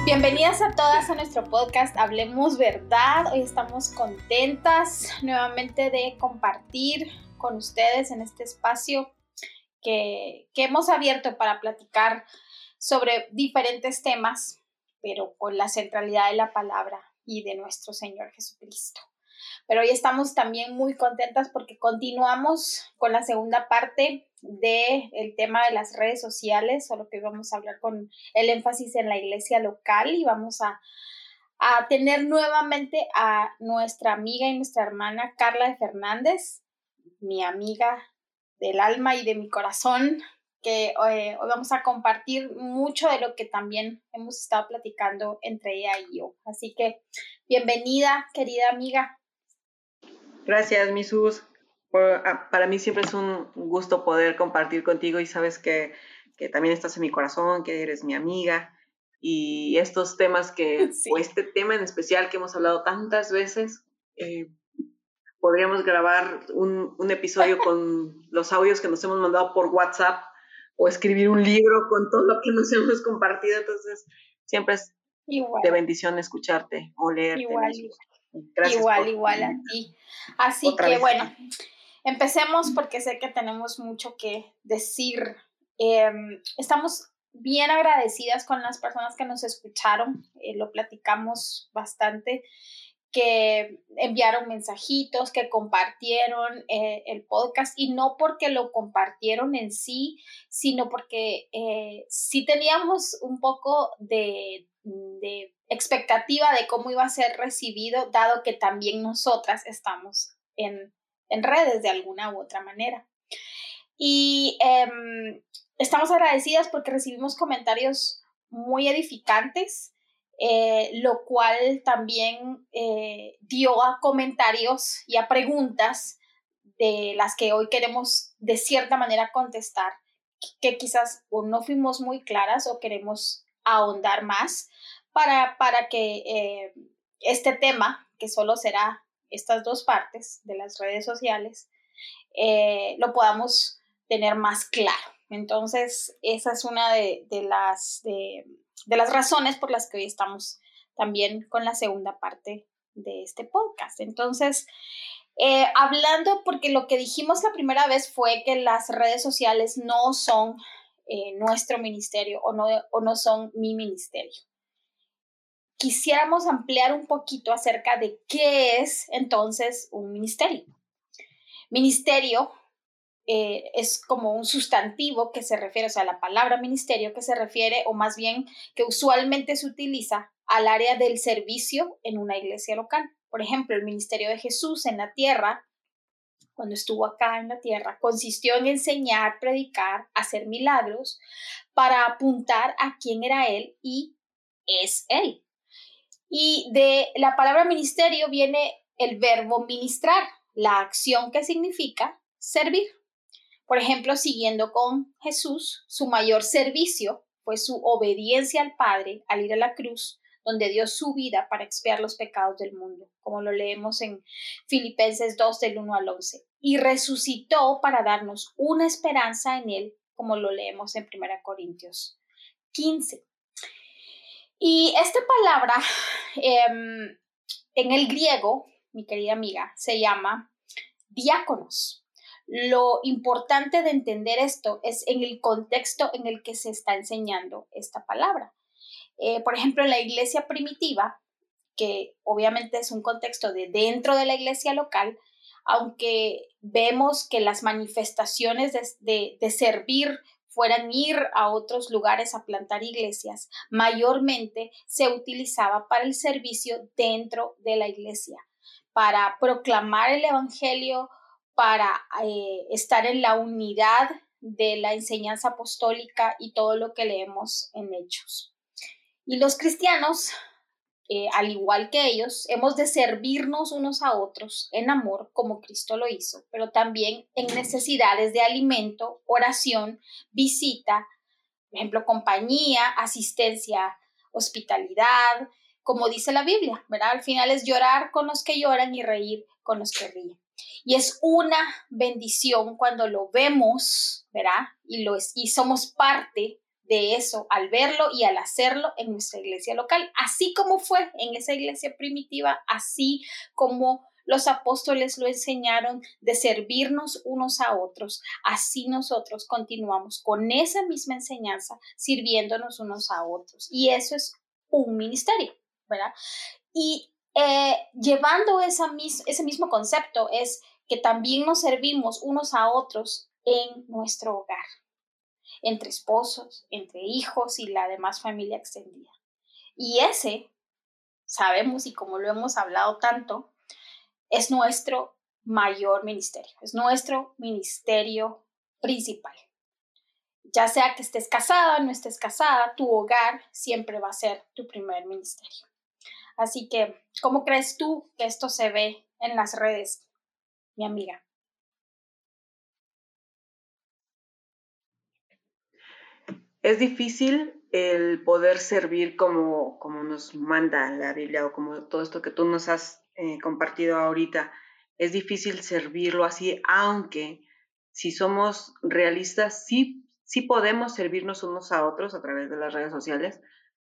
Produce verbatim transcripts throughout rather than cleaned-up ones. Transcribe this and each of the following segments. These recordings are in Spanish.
Bienvenidas a todas a nuestro podcast Hablemos Verdad. Hoy estamos contentas nuevamente de compartir con ustedes en este espacio que, que hemos abierto para platicar sobre diferentes temas, pero con la centralidad de la palabra y de nuestro Señor Jesucristo. Pero hoy estamos también muy contentas porque continuamos con la segunda parte del tema de las redes sociales, solo que hoy vamos a hablar con el énfasis en la iglesia local y vamos a, a tener nuevamente a nuestra amiga y nuestra hermana Carla de Fernández, mi amiga del alma y de mi corazón, que eh, hoy vamos a compartir mucho de lo que también hemos estado platicando entre ella y yo. Así que bienvenida, querida amiga. Gracias, mi Sus. Para mí siempre es un gusto poder compartir contigo y sabes que, que también estás en mi corazón, que eres mi amiga. Y estos temas que, sí. o este tema en especial que hemos hablado tantas veces, eh, podríamos grabar un, un episodio con los audios que nos hemos mandado por WhatsApp o escribir un libro con todo lo que nos hemos compartido. Entonces, siempre es igual. De bendición escucharte o leerte. Igual, Gracias igual, por, igual a ti. Así que vez. Bueno, empecemos porque sé que tenemos mucho que decir. Eh, estamos bien agradecidas con las personas que nos escucharon, eh, lo platicamos bastante, que enviaron mensajitos, que compartieron eh, el podcast, y no porque lo compartieron en sí, sino porque eh, sí teníamos un poco de, de expectativa de cómo iba a ser recibido, dado que también nosotras estamos en, en redes de alguna u otra manera. Y eh, estamos agradecidas porque recibimos comentarios muy edificantes, eh, lo cual también eh, dio a comentarios y a preguntas de las que hoy queremos de cierta manera contestar, que quizás o no fuimos muy claras o queremos ahondar más para, para que eh, este tema, que solo será estas dos partes de las redes sociales, eh, lo podamos tener más claro. Entonces, esa es una de, de, las, de, de las razones por las que hoy estamos también con la segunda parte de este podcast. Entonces, eh, hablando, porque lo que dijimos la primera vez fue que las redes sociales no son eh, nuestro ministerio o no, o no son mi ministerio. Quisiéramos ampliar un poquito acerca de qué es entonces un ministerio. Ministerio eh, es como un sustantivo que se refiere, o sea, la palabra ministerio que se refiere, o más bien que usualmente se utiliza al área del servicio en una iglesia local. Por ejemplo, el ministerio de Jesús en la tierra, cuando estuvo acá en la tierra, consistió en enseñar, predicar, hacer milagros para apuntar a quién era Él y es Él. Y de la palabra ministerio viene el verbo ministrar, la acción que significa servir. Por ejemplo, siguiendo con Jesús, su mayor servicio fue su obediencia al Padre al ir a la cruz, donde dio su vida para expiar los pecados del mundo, como lo leemos en Filipenses dos, del uno al once, y resucitó para darnos una esperanza en Él, como lo leemos en primera Corintios quince. Y esta palabra, eh, en el griego, mi querida amiga, se llama diáconos. Lo importante de entender esto es en el contexto en el que se está enseñando esta palabra. Eh, por ejemplo, en la iglesia primitiva, que obviamente es un contexto de dentro de la iglesia local, aunque vemos que las manifestaciones de, de, de servir fueran ir a otros lugares a plantar iglesias, mayormente se utilizaba para el servicio dentro de la iglesia, para proclamar el evangelio, para eh, estar en la unidad de la enseñanza apostólica y todo lo que leemos en Hechos. Y los cristianos, eh, al igual que ellos, hemos de servirnos unos a otros en amor como Cristo lo hizo, pero también en necesidades de alimento, oración, visita, por ejemplo, compañía, asistencia, hospitalidad, como dice la Biblia, ¿verdad? Al final es llorar con los que lloran y reír con los que ríen. Y es una bendición cuando lo vemos, ¿verdad? Y, lo es, y somos parte de eso al verlo y al hacerlo en nuestra iglesia local, así como fue en esa iglesia primitiva, así como los apóstoles lo enseñaron de servirnos unos a otros. Así nosotros continuamos con esa misma enseñanza, sirviéndonos unos a otros. Y eso es un ministerio, ¿verdad? Y eh, llevando esa mis, ese mismo concepto es que también nos servimos unos a otros en nuestro hogar, entre esposos, entre hijos y la demás familia extendida. Y ese, sabemos y como lo hemos hablado tanto, es nuestro mayor ministerio, es nuestro ministerio principal. Ya sea que estés casada, no estés casada, tu hogar siempre va a ser tu primer ministerio. Así que, ¿cómo crees tú que esto se ve en las redes, mi amiga? Es difícil el poder servir como, como nos manda la Biblia o como todo esto que tú nos has eh, compartido ahorita. Es difícil servirlo así, aunque si somos realistas, sí, sí podemos servirnos unos a otros a través de las redes sociales.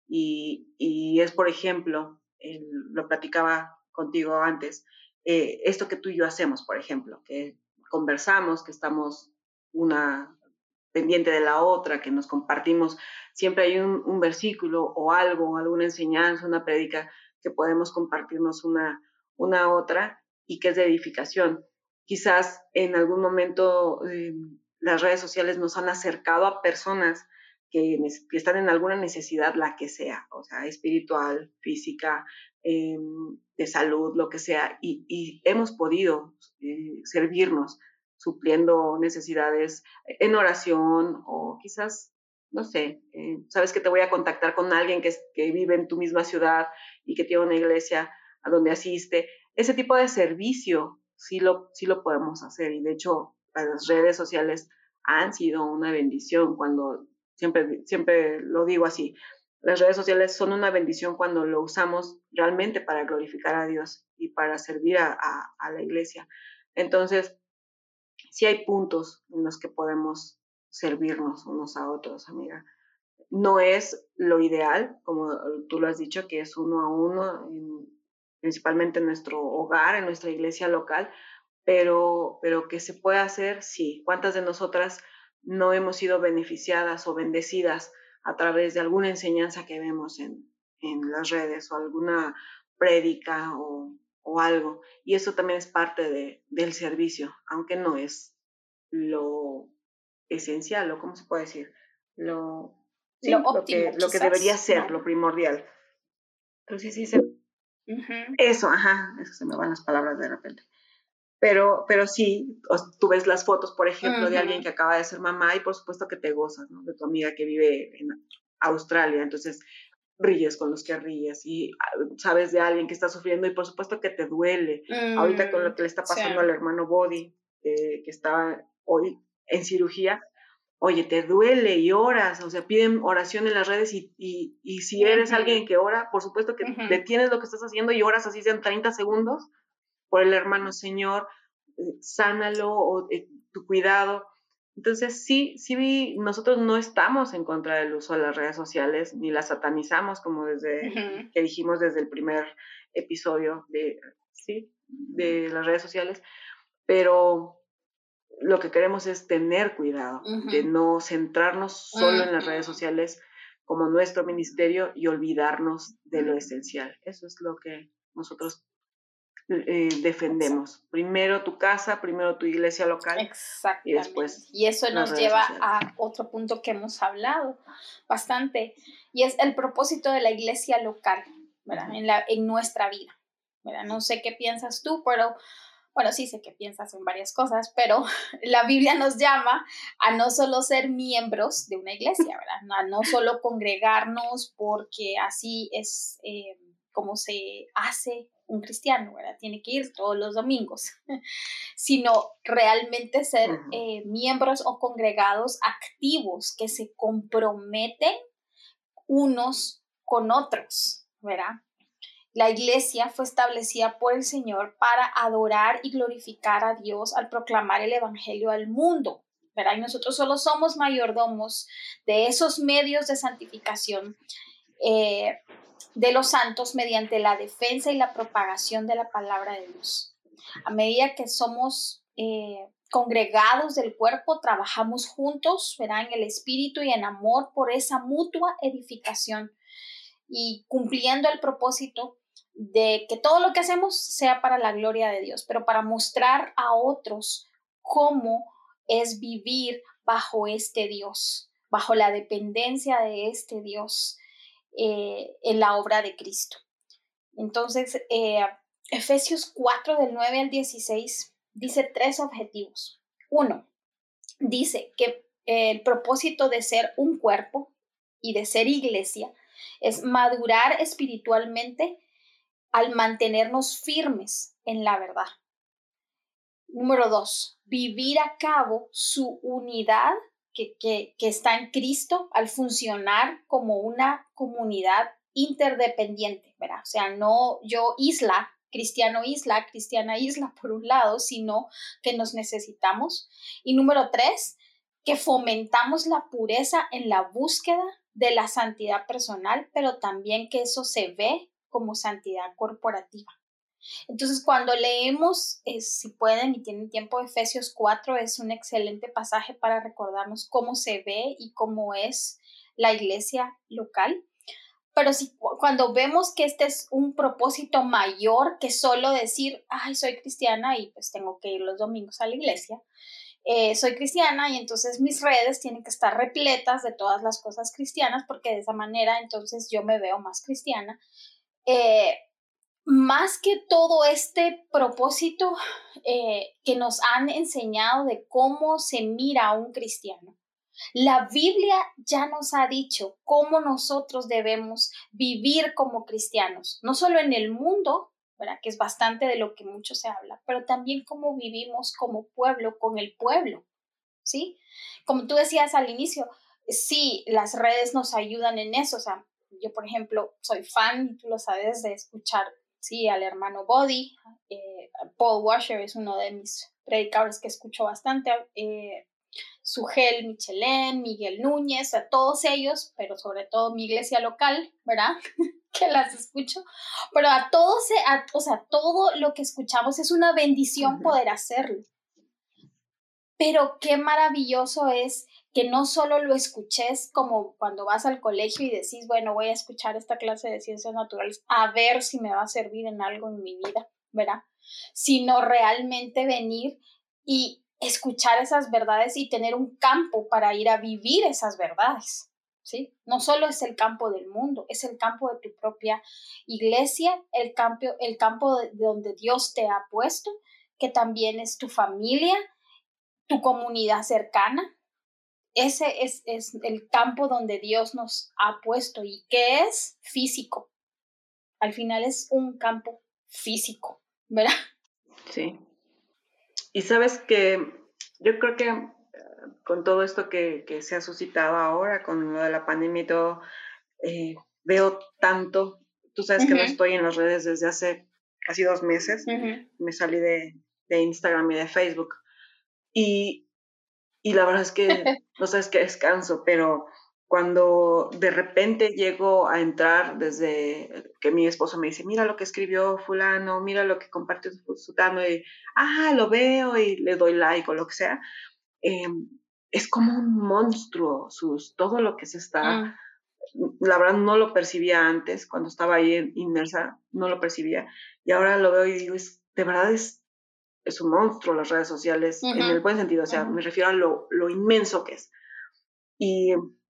Y, y es, por ejemplo, el, lo platicaba contigo antes, eh, esto que tú y yo hacemos, por ejemplo, que conversamos, que estamos una pendiente de la otra, que nos compartimos, siempre hay un, un versículo o algo, alguna enseñanza, una prédica que podemos compartirnos una, una a otra y que es de edificación. Quizás en algún momento eh, las redes sociales nos han acercado a personas que, que, están en alguna necesidad, la que sea, o sea, espiritual, física, eh, de salud, lo que sea, y, y hemos podido eh, servirnos supliendo necesidades en oración o quizás, no sé, eh, sabes que te voy a contactar con alguien que, que vive en tu misma ciudad y que tiene una iglesia a donde asiste. Ese tipo de servicio sí lo, sí lo podemos hacer y de hecho las redes sociales han sido una bendición cuando, siempre, siempre lo digo así, las redes sociales son una bendición cuando lo usamos realmente para glorificar a Dios y para servir a, a, a la iglesia. Entonces, sí hay puntos en los que podemos servirnos unos a otros, amiga. No es lo ideal, como tú lo has dicho, que es uno a uno, en, principalmente en nuestro hogar, en nuestra iglesia local, pero, pero que se puede hacer, sí. ¿Cuántas de nosotras no hemos sido beneficiadas o bendecidas a través de alguna enseñanza que vemos en, en las redes o alguna prédica o, o algo? Y eso también es parte de, del servicio, aunque no es lo esencial, o cómo se puede decir, lo, Lo sí, lo óptimo, que, lo que debería quizás, ser, ¿no? lo primordial. Entonces sí, se... Uh-huh. eso, ajá, eso se me van las palabras de repente. Pero, pero sí, tú ves las fotos, por ejemplo, uh-huh. de alguien que acaba de ser mamá y por supuesto que te gozas, ¿no? De tu amiga que vive en Australia, entonces ríes con los que ríes y sabes de alguien que está sufriendo y por supuesto que te duele. Mm, ahorita con lo que le está pasando sí. al hermano Body, eh, que está hoy en cirugía, oye, te duele y oras, o sea, piden oración en las redes y, y, y si eres uh-huh. alguien que ora, por supuesto que uh-huh. detienes lo que estás haciendo y oras así sean treinta segundos por el hermano, Señor, eh, sánalo, o eh, tu cuidado. Entonces, sí, sí, nosotros no estamos en contra del uso de las redes sociales, ni las satanizamos, como desde, uh-huh. que dijimos desde el primer episodio de, sí, de las redes sociales, pero lo que queremos es tener cuidado, uh-huh. de no centrarnos solo uh-huh. en las redes sociales como nuestro ministerio y olvidarnos de lo esencial. Eso es lo que nosotros Eh, defendemos. Exacto. Primero tu casa, primero tu iglesia local. Exactamente. Y después y eso nos lleva sociales. A otro punto que hemos hablado bastante, y es el propósito de la iglesia local, ¿verdad? Uh-huh. en, la, en nuestra vida, ¿verdad? No sé qué piensas tú, pero bueno, sí sé que piensas en varias cosas, pero la Biblia nos llama a no solo ser miembros de una iglesia, ¿verdad? A no solo congregarnos porque así es eh, como se hace un cristiano, ¿verdad? Tiene que ir todos los domingos, sino realmente ser uh-huh. eh, miembros o congregados activos que se comprometen unos con otros, ¿verdad? La iglesia fue establecida por el Señor para adorar y glorificar a Dios al proclamar el evangelio al mundo, ¿verdad? Y nosotros solo somos mayordomos de esos medios de santificación eh, de los santos mediante la defensa y la propagación de la palabra de Dios. A medida que somos eh, congregados del cuerpo, trabajamos juntos, ¿verdad? En el espíritu y en amor por esa mutua edificación y cumpliendo el propósito de que todo lo que hacemos sea para la gloria de Dios, pero para mostrar a otros cómo es vivir bajo este Dios, bajo la dependencia de este Dios eh, en la obra de Cristo. Entonces, eh, Efesios cuatro del nueve al dieciséis dice tres objetivos. Uno, dice que el propósito de ser un cuerpo y de ser iglesia es madurar espiritualmente al mantenernos firmes en la verdad. Número dos, vivir a cabo su unidad que, que, que está en Cristo al funcionar como una comunidad interdependiente, ¿verdad? O sea, no yo isla, cristiano isla, cristiana isla por un lado, sino que nos necesitamos. Y número tres, que fomentamos la pureza en la búsqueda de la santidad personal, pero también que eso se ve como santidad corporativa. Entonces, cuando leemos, eh, si pueden y tienen tiempo, Efesios cuatro es un excelente pasaje para recordarnos cómo se ve y cómo es la iglesia local. Pero si cuando vemos que este es un propósito mayor que solo decir, ay, soy cristiana y pues tengo que ir los domingos a la iglesia, eh, soy cristiana y entonces mis redes tienen que estar repletas de todas las cosas cristianas porque de esa manera entonces yo me veo más cristiana. Eh, Más que todo este propósito eh, que nos han enseñado de cómo se mira a un cristiano, la Biblia ya nos ha dicho cómo nosotros debemos vivir como cristianos, no solo en el mundo, ¿verdad? Que es bastante de lo que mucho se habla, pero también cómo vivimos como pueblo con el pueblo, ¿sí? Como tú decías al inicio, sí, las redes nos ayudan en eso, o sea, yo por ejemplo soy fan, tú lo sabes, de escuchar sí, al hermano Body, eh, Paul Washer es uno de mis predicadores que escucho bastante, eh, Sugel Michelén, Miguel Núñez, a todos ellos, pero sobre todo mi iglesia local, ¿verdad? que las escucho, pero a todos, a, o sea, todo lo que escuchamos es una bendición uh-huh. poder hacerlo. Pero qué maravilloso es que no solo lo escuches como cuando vas al colegio y decís, bueno, voy a escuchar esta clase de ciencias naturales a ver si me va a servir en algo en mi vida, ¿verdad? Sino realmente venir y escuchar esas verdades y tener un campo para ir a vivir esas verdades, ¿sí? No solo es el campo del mundo, es el campo de tu propia iglesia, el campo, el campo de donde Dios te ha puesto, que también es tu familia, tu comunidad cercana. Ese es, es el campo donde Dios nos ha puesto y que es físico. Al final es un campo físico, ¿verdad? Sí. Y sabes que yo creo que uh, con todo esto que, que se ha suscitado ahora, con lo de la pandemia y todo, eh, veo tanto. Tú sabes uh-huh. que no estoy en las redes desde hace casi dos meses. Uh-huh. Me salí de, de Instagram y de Facebook. Y Y la verdad es que no sabes qué descanso, pero cuando de repente llego a entrar desde que mi esposo me dice, mira lo que escribió fulano, mira lo que compartió sutano, y ah, lo veo y le doy like o lo que sea, eh, es como un monstruo, sus, todo lo que se está, mm. la verdad no lo percibía antes, cuando estaba ahí inmersa, no lo percibía, y ahora lo veo y digo, es, de verdad es es un monstruo las redes sociales, uh-huh. en el buen sentido, o sea, uh-huh. me refiero a lo, lo inmenso que es. Y,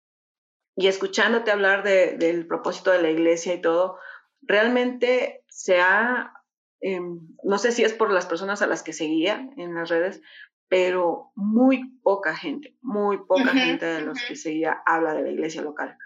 y escuchándote hablar de, del propósito de la iglesia y todo, realmente se ha, eh, no sé si es por las personas a las que seguía en las redes, pero muy poca gente, muy poca uh-huh. gente de los uh-huh. que seguía habla de la iglesia local.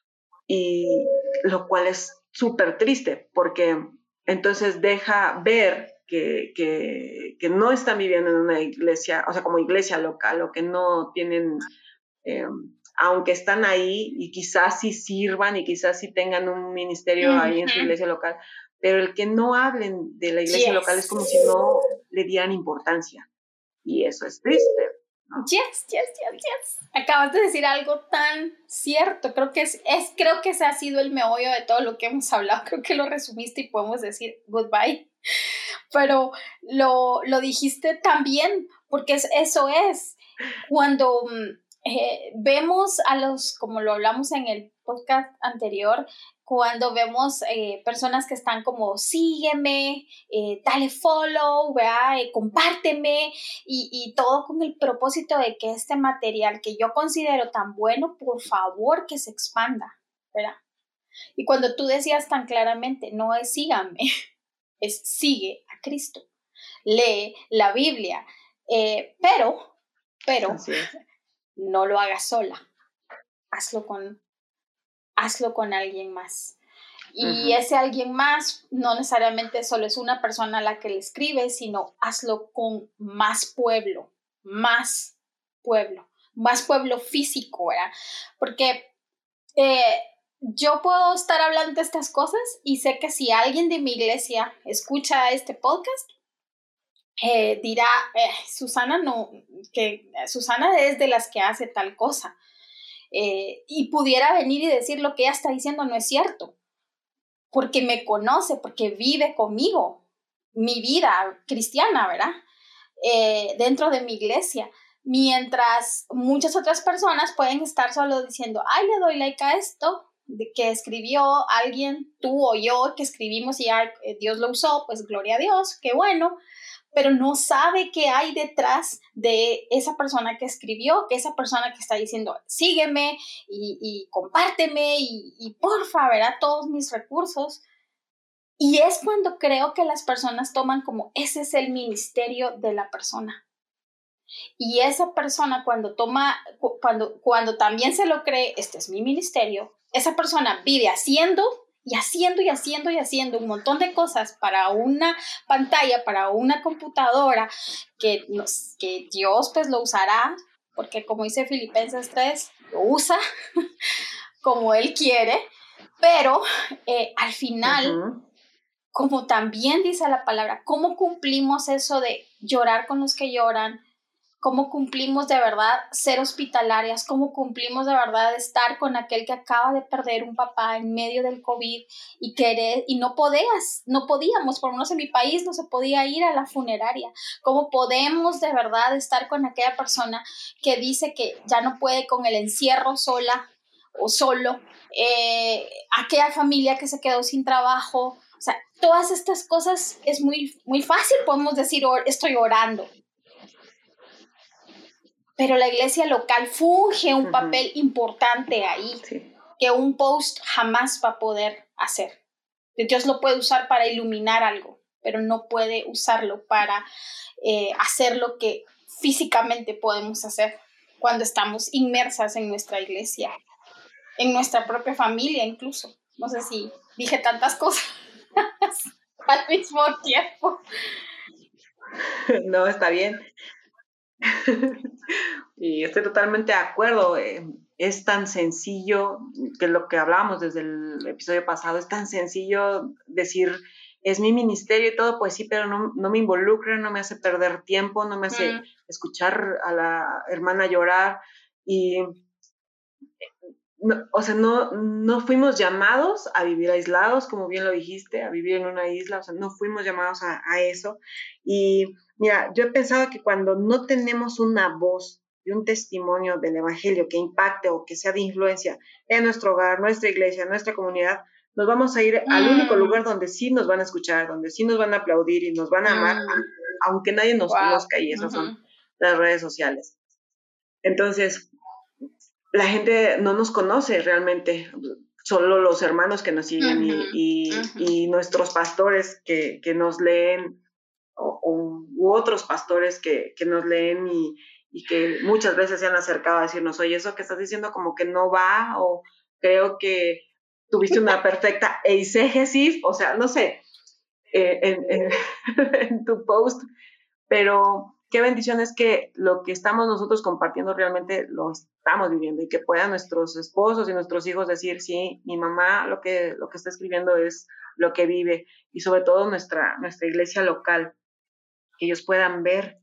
Y lo cual es súper triste, porque entonces deja ver Que, que, que no están viviendo en una iglesia, o sea, como iglesia local, o que no tienen, eh, aunque están ahí y quizás sí sirvan y quizás sí tengan un ministerio uh-huh. ahí en su iglesia local, pero el que no hablen de la iglesia yes. local es como si no le dieran importancia. Y eso es triste, ¿no? Yes, yes, yes, yes. Acabas de decir algo tan cierto. Creo que es, es, creo que ese ha sido el meollo de todo lo que hemos hablado. Creo que lo resumiste y podemos decir goodbye. Pero lo, lo dijiste tan bien, porque es, eso es. Cuando eh, vemos a los, como lo hablamos en el podcast anterior, cuando vemos eh, personas que están como sígueme, eh, dale follow, ¿verdad? Eh, compárteme y, y todo con el propósito de que este material que yo considero tan bueno, por favor que se expanda, ¿verdad? Y cuando tú decías tan claramente, no es síganme, es sigue a Cristo, lee la Biblia, eh, pero, pero no lo hagas sola, hazlo con, hazlo con alguien más. Y uh-huh. ese alguien más no necesariamente solo es una persona a la que le escribes, sino hazlo con más pueblo, más pueblo, más pueblo físico, ¿verdad? Porque eh, yo puedo estar hablando de estas cosas y sé que si alguien de mi iglesia escucha este podcast, eh, dirá, eh, Susana no, que Susana es de las que hace tal cosa. Eh, y pudiera venir y decir lo que ella está diciendo no es cierto. Porque me conoce, porque vive conmigo, mi vida cristiana, ¿verdad? Eh, dentro de mi iglesia. Mientras muchas otras personas pueden estar solo diciendo, ay, le doy like a esto, de que escribió alguien, tú o yo, que escribimos y ya Dios lo usó, pues gloria a Dios, qué bueno, pero no sabe qué hay detrás de esa persona que escribió, que esa persona que está diciendo, sígueme y, y compárteme y, y porfa, ¿verdad? Todos mis recursos. Y es cuando creo que las personas toman como, ese es el ministerio de la persona. Y esa persona cuando toma, cuando, cuando también se lo cree, este es mi ministerio, esa persona vive haciendo y haciendo y haciendo y haciendo un montón de cosas para una pantalla, para una computadora, que, nos, que Dios pues lo usará, porque como dice Filipenses tres, lo usa como Él quiere, pero eh, al final, uh-huh. como también dice la palabra, ¿cómo cumplimos eso de llorar con los que lloran? ¿Cómo cumplimos de verdad ser hospitalarias? ¿Cómo cumplimos de verdad estar con aquel que acaba de perder un papá en medio del COVID y querer, y no podías, no podíamos, por lo menos en mi país no se podía ir a la funeraria? ¿Cómo podemos de verdad estar con aquella persona que dice que ya no puede con el encierro sola o solo? Eh, aquella familia que se quedó sin trabajo. O sea, todas estas cosas es muy, muy fácil, podemos decir, estoy orando. Pero la iglesia local funge un uh-huh. papel importante ahí, sí. que un post jamás va a poder hacer. Dios lo puede usar para iluminar algo, pero no puede usarlo para eh, hacer lo que físicamente podemos hacer cuando estamos inmersas en nuestra iglesia, en nuestra propia familia incluso. No sé si dije tantas cosas al mismo tiempo. No, está bien. Y estoy totalmente de acuerdo. Es tan sencillo, que lo que hablábamos desde el episodio pasado, es tan sencillo decir, es mi ministerio y todo, pues sí, pero no, no me involucra, no me hace perder tiempo, no me hace mm. escuchar a la hermana llorar. Y, no, o sea, no, no fuimos llamados a vivir aislados, como bien lo dijiste, a vivir en una isla, o sea, no fuimos llamados a, a eso. Y mira, yo he pensado que cuando no tenemos una voz y un testimonio del evangelio que impacte o que sea de influencia en nuestro hogar, nuestra iglesia, nuestra comunidad, nos vamos a ir mm. al único lugar donde sí nos van a escuchar, donde sí nos van a aplaudir y nos van a amar, mm. aunque nadie nos wow. conozca, y esas uh-huh. son las redes sociales. Entonces, la gente no nos conoce realmente, solo los hermanos que nos siguen uh-huh. y, y, uh-huh. y nuestros pastores que, que nos leen, o, o, u otros pastores que, que nos leen y, y que muchas veces se han acercado a decirnos, oye, eso que estás diciendo como que no va, o creo que tuviste una perfecta eisegesis, o sea, no sé, eh, en, en, en tu post, pero qué bendición es que lo que estamos nosotros compartiendo realmente lo estamos viviendo, y que puedan nuestros esposos y nuestros hijos decir, sí, mi mamá lo que, lo que está escribiendo es lo que vive, y sobre todo nuestra, nuestra iglesia local, que ellos puedan ver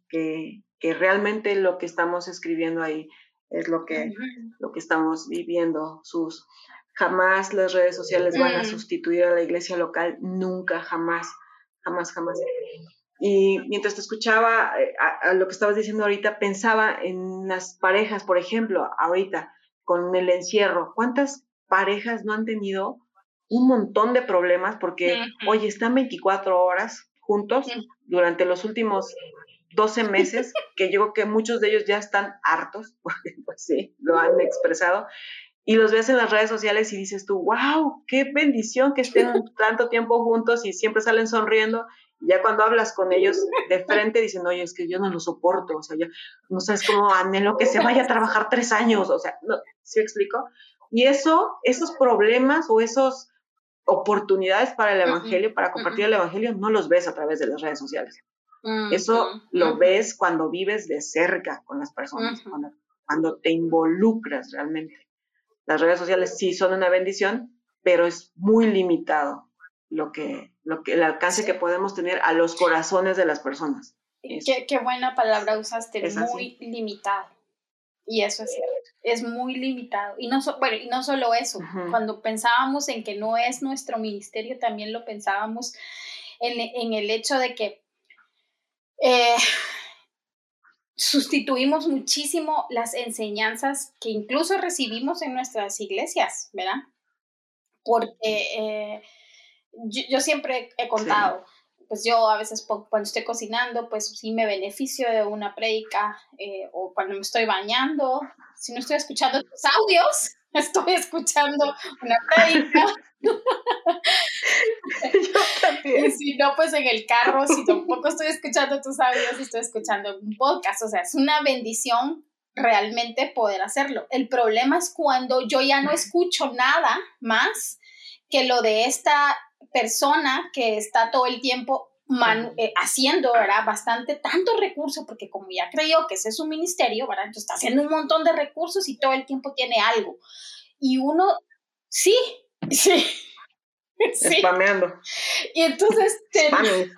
que, que realmente lo que estamos escribiendo ahí es lo que, uh-huh. lo que estamos viviendo. Sus, jamás las redes sociales van a sustituir a la iglesia local, nunca, jamás, jamás, jamás. Y mientras te escuchaba a, a lo que estabas diciendo ahorita, pensaba en las parejas, por ejemplo, ahorita, con el encierro. ¿Cuántas parejas no han tenido un montón de problemas porque, uh-huh. oye, están veinticuatro horas juntos uh-huh. durante los últimos doce meses, que yo creo que muchos de ellos ya están hartos, porque pues sí, lo han expresado, y los ves en las redes sociales y dices tú, wow, qué bendición que estén tanto tiempo juntos y siempre salen sonriendo, y ya cuando hablas con ellos de frente dicen, oye, es que yo no lo soporto, o sea, yo no sabes cómo anhelo que se vaya a trabajar tres años, o sea, no, ¿sí me explico? Y eso, esos problemas o esas oportunidades para el evangelio, para compartir el evangelio, no los ves a través de las redes sociales. Eso uh-huh, lo uh-huh. ves cuando vives de cerca con las personas, uh-huh. cuando, cuando te involucras realmente. Las redes sociales sí son una bendición, pero es muy limitado lo que, lo que, el alcance sí. que podemos tener a los corazones de las personas. Qué, qué buena palabra usaste, es muy así. Limitado. Y eso es cierto, es muy limitado. Y no, so, bueno, y no solo eso, uh-huh. cuando pensábamos en que no es nuestro ministerio, también lo pensábamos en, en el hecho de que Eh, sustituimos muchísimo las enseñanzas que incluso recibimos en nuestras iglesias, ¿verdad? Porque eh, yo, yo siempre he contado, sí. pues yo a veces cuando estoy cocinando, pues sí me beneficio de una prédica, eh, o cuando me estoy bañando, si no estoy escuchando tus audios, estoy escuchando una prédica. Yo también. Y si no, pues en el carro, si tampoco estoy escuchando tus audios, estoy escuchando un podcast. O sea, es una bendición realmente poder hacerlo. El problema es cuando yo ya no escucho nada más que lo de esta persona que está todo el tiempo manu- eh, haciendo, ¿verdad? Bastante, tanto recurso, porque como ya creyó que ese es su ministerio, ¿verdad? Entonces está haciendo un montón de recursos y todo el tiempo tiene algo. Y uno, sí, sí. Sí. Spameando. Y entonces te,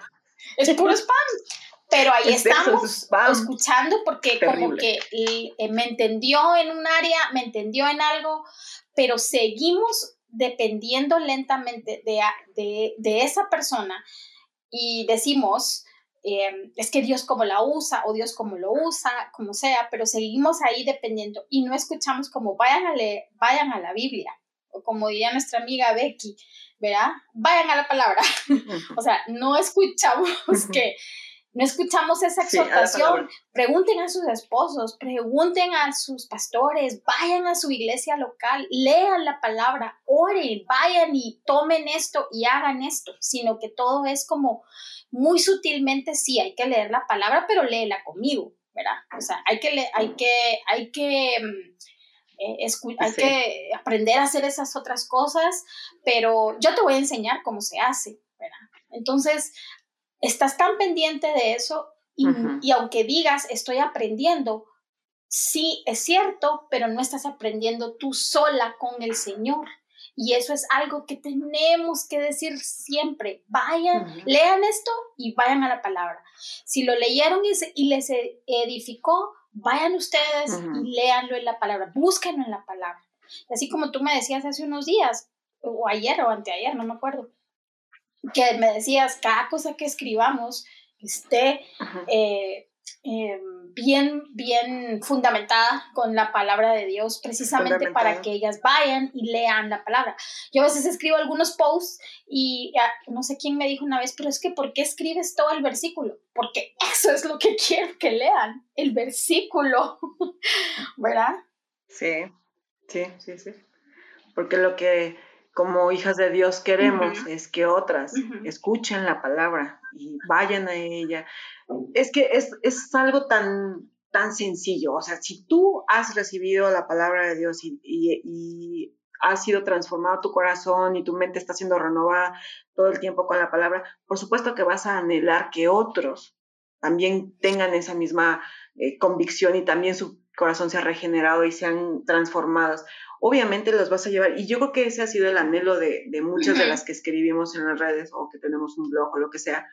es puro spam. Pero ahí es estamos escuchando porque terrible. Como que eh, me entendió en un área, me entendió en algo, pero seguimos dependiendo lentamente de, de, de esa persona y decimos, eh, es que Dios como la usa o Dios como lo usa, como sea, pero seguimos ahí dependiendo y no escuchamos como vayan a leer, vayan a la Biblia, o como diría nuestra amiga Becky, ¿verdad? Vayan a la palabra. Uh-huh. O sea, no escuchamos uh-huh. que, no escuchamos esa exhortación. Sí, pregunten a sus esposos, pregunten a sus pastores, vayan a su iglesia local, lean la palabra, oren, vayan y tomen esto y hagan esto, sino que todo es como muy sutilmente, sí, hay que leer la palabra, pero léela conmigo, ¿verdad? O sea, hay que, le- hay que, hay que Eh, escu- hay sí. que aprender a hacer esas otras cosas, pero yo te voy a enseñar cómo se hace, ¿verdad? Entonces, estás tan pendiente de eso y, uh-huh. y aunque digas, estoy aprendiendo, sí, es cierto, pero no estás aprendiendo tú sola con el Señor. Y eso es algo que tenemos que decir siempre. Vayan, uh-huh. lean esto y vayan a la palabra. Si lo leyeron y, se, y les edificó, vayan ustedes uh-huh. y léanlo en la palabra, búsquenlo en la palabra. Y así como tú me decías hace unos días, o ayer o anteayer, no me acuerdo, que me decías, cada cosa que escribamos esté uh-huh. eh, eh, bien, bien fundamentada con la palabra de Dios, precisamente para que ellas vayan y lean la palabra. Yo a veces escribo algunos posts y uh, no sé quién me dijo una vez, pero es que ¿por qué escribes todo el versículo? Porque eso es lo que quiero que lean, el versículo, ¿verdad? Sí, sí, sí, sí. Porque lo que como hijas de Dios queremos uh-huh. es que otras uh-huh. escuchen la palabra y vayan a ella. Es que es, es algo tan, tan sencillo. O sea, si tú has recibido la palabra de Dios y, y, y has sido transformado tu corazón y tu mente está siendo renovada todo el tiempo con la palabra, por supuesto que vas a anhelar que otros también tengan esa misma eh, convicción y también su corazón sea regenerado y sean transformados. Obviamente los vas a llevar, y yo creo que ese ha sido el anhelo de, de muchas uh-huh. de las que escribimos en las redes o que tenemos un blog o lo que sea,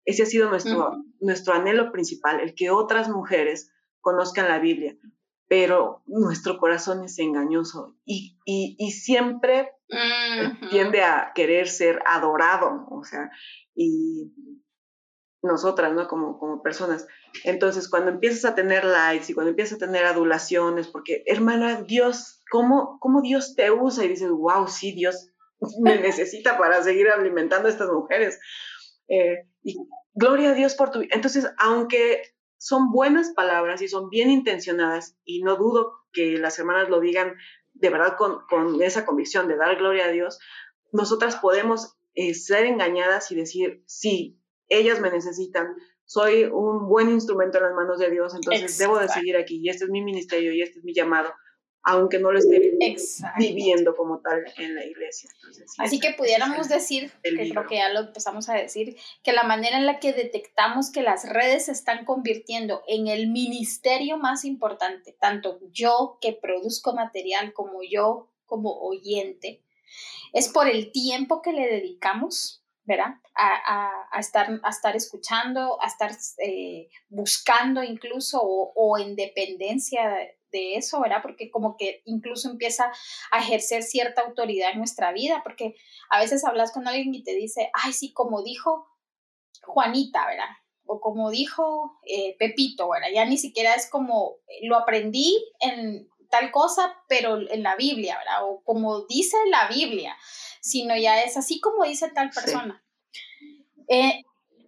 Ese ha sido nuestro, uh-huh. nuestro anhelo principal, el que otras mujeres conozcan la Biblia, pero nuestro corazón es engañoso y, y, y siempre uh-huh. tiende a querer ser adorado, o sea, y nosotras, ¿no? Como, como personas. Entonces, cuando empiezas a tener likes y cuando empiezas a tener adulaciones, porque, hermana, Dios, ¿cómo, cómo Dios te usa? Y dices, wow, sí, Dios me necesita para seguir alimentando a estas mujeres. Eh, y gloria a Dios por tu vida. Entonces, aunque son buenas palabras y son bien intencionadas, y no dudo que las hermanas lo digan de verdad con, con esa convicción de dar gloria a Dios, nosotras podemos eh, ser engañadas y decir, sí, ellas me necesitan, soy un buen instrumento en las manos de Dios, entonces Exacto. debo de seguir aquí, y este es mi ministerio, y este es mi llamado, aunque no lo esté Exacto. viviendo como tal en la iglesia. Entonces, sí, Así ese, que pudiéramos es el, decir, el que libro. creo que ya lo empezamos a decir, que la manera en la que detectamos que las redes se están convirtiendo en el ministerio más importante, tanto yo que produzco material como yo como oyente, es por el tiempo que le dedicamos, ¿verdad? A, a, a, estar, a estar escuchando, a estar eh, buscando incluso o, o en dependencia de, de eso, ¿verdad? Porque como que incluso empieza a ejercer cierta autoridad en nuestra vida, porque a veces hablas con alguien y te dice, ay, sí, como dijo Juanita, ¿verdad? O como dijo eh, Pepito, ¿verdad? Ya ni siquiera es como, lo aprendí en tal cosa, pero en la Biblia, ¿verdad? O como dice la Biblia, sino ya es así como dice tal persona. Sí. Eh,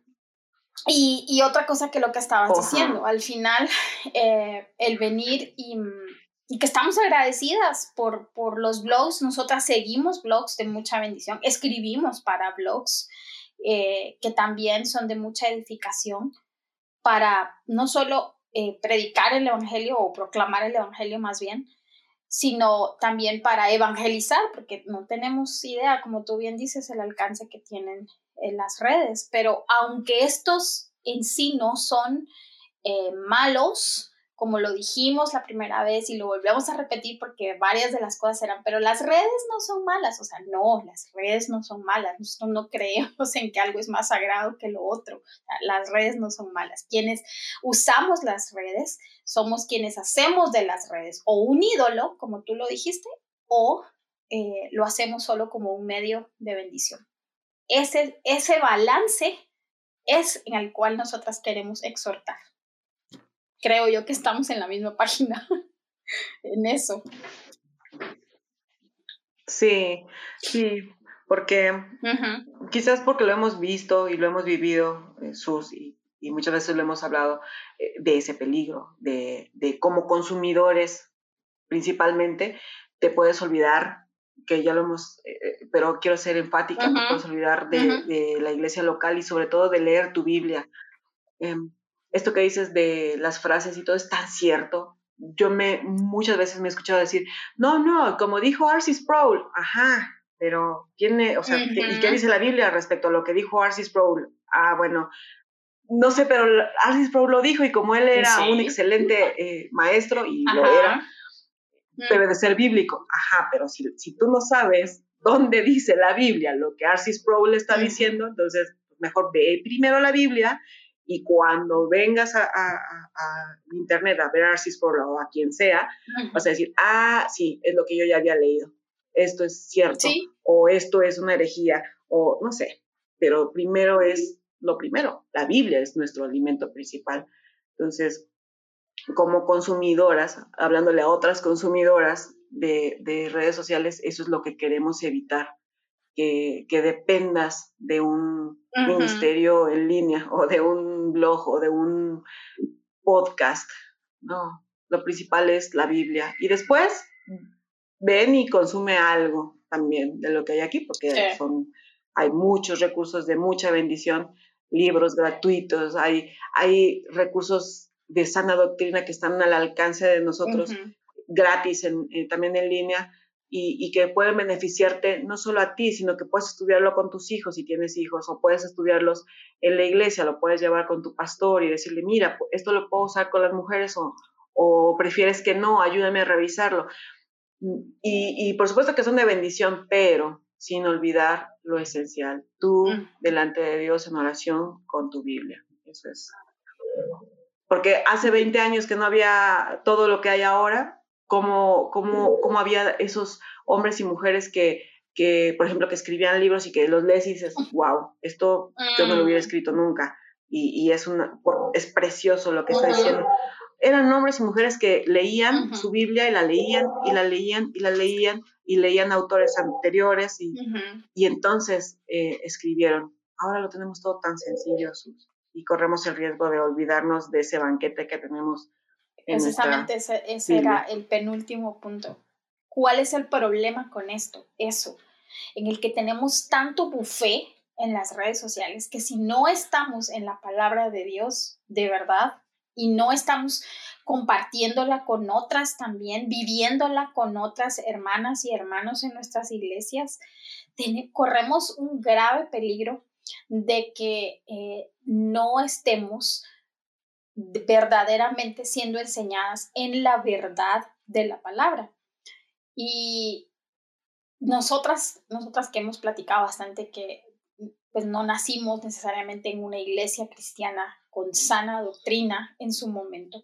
y, y otra cosa que lo que estabas uh-huh. diciendo, al final, eh, el venir y, y que estamos agradecidas por, por los blogs, nosotras seguimos blogs de mucha bendición, escribimos para blogs eh, que también son de mucha edificación, para no solo eh, predicar el evangelio o proclamar el evangelio más bien, sino también para evangelizar, porque no tenemos idea, como tú bien dices, el alcance que tienen en las redes, pero aunque estos en sí no son eh, malos, como lo dijimos la primera vez y lo volvemos a repetir porque varias de las cosas eran, pero las redes no son malas, o sea, no, las redes no son malas, nosotros no creemos en que algo es más sagrado que lo otro, o sea, las redes no son malas, quienes usamos las redes somos quienes hacemos de las redes o un ídolo, como tú lo dijiste, o eh, lo hacemos solo como un medio de bendición. Ese, ese balance es en el cual nosotras queremos exhortar. Creo yo que estamos en la misma página en eso. Sí, sí, porque uh-huh. quizás porque lo hemos visto y lo hemos vivido, eh, Sus, y, y muchas veces lo hemos hablado, eh, de ese peligro, de, de como consumidores principalmente, te puedes olvidar, que ya lo hemos, eh, pero quiero ser enfática, uh-huh. te puedes olvidar de, uh-huh. de la iglesia local y sobre todo de leer tu Biblia. Eh, esto que dices de las frases y todo es tan cierto. Yo me muchas veces me he escuchado decir, no, no, como dijo R C Sproul, ajá, pero tiene, o sea, uh-huh. ¿qué, ¿y qué dice la Biblia respecto a lo que dijo R C Sproul? Ah, bueno, no sé, pero R C Sproul lo dijo y como él era sí. un excelente eh, maestro y ajá. lo era, debe de ser bíblico. Ajá, pero si, si tú no sabes dónde dice la Biblia lo que R C Sproul está uh-huh. diciendo, entonces mejor ve primero la Biblia. Y cuando vengas a, a, a internet a ver a R C Sproul o a quien sea, uh-huh. vas a decir, ah, sí, es lo que yo ya había leído. Esto es cierto. ¿Sí? O esto es una herejía. O no sé. Pero primero es lo primero. La Biblia es nuestro alimento principal. Entonces, como consumidoras, hablándole a otras consumidoras de, de redes sociales, eso es lo que queremos evitar. Que, que dependas de un uh-huh. ministerio en línea o de un blog o de un podcast. No, lo principal es la Biblia. Y después ven y consume algo también de lo que hay aquí, porque sí. son, hay muchos recursos de mucha bendición, libros gratuitos, hay, hay recursos de sana doctrina que están al alcance de nosotros uh-huh. gratis, en, eh, también en línea. Y, y que pueden beneficiarte no solo a ti, sino que puedes estudiarlo con tus hijos si tienes hijos, o puedes estudiarlos en la iglesia, lo puedes llevar con tu pastor y decirle, mira, esto lo puedo usar con las mujeres o, o prefieres que no, ayúdame a revisarlo. Y, y por supuesto que son de bendición, pero sin olvidar lo esencial. Tú, Mm. delante de Dios, en oración con tu Biblia. Eso es. Porque hace veinte años que no había todo lo que hay ahora, ¿cómo, cómo, cómo había esos hombres y mujeres que, que, por ejemplo, que escribían libros y que los lees y dices, wow, esto yo no lo hubiera escrito nunca? Y, y es, una, es precioso lo que está diciendo. Eran hombres y mujeres que leían uh-huh. su Biblia y la leían y la leían y la leían y leían autores anteriores y, uh-huh. y entonces eh, escribieron. Ahora lo tenemos todo tan sencillo, Sus, y corremos el riesgo de olvidarnos de ese banquete que tenemos en Precisamente ese, ese era el penúltimo punto. ¿Cuál es el problema con esto? Eso, en el que tenemos tanto buffet en las redes sociales que si no estamos en la palabra de Dios de verdad y no estamos compartiéndola con otras también, viviéndola con otras hermanas y hermanos en nuestras iglesias, ten, corremos un grave peligro de que eh, no estemos verdaderamente siendo enseñadas en la verdad de la palabra. Y nosotras, nosotras que hemos platicado bastante que pues no nacimos necesariamente en una iglesia cristiana con sana doctrina en su momento,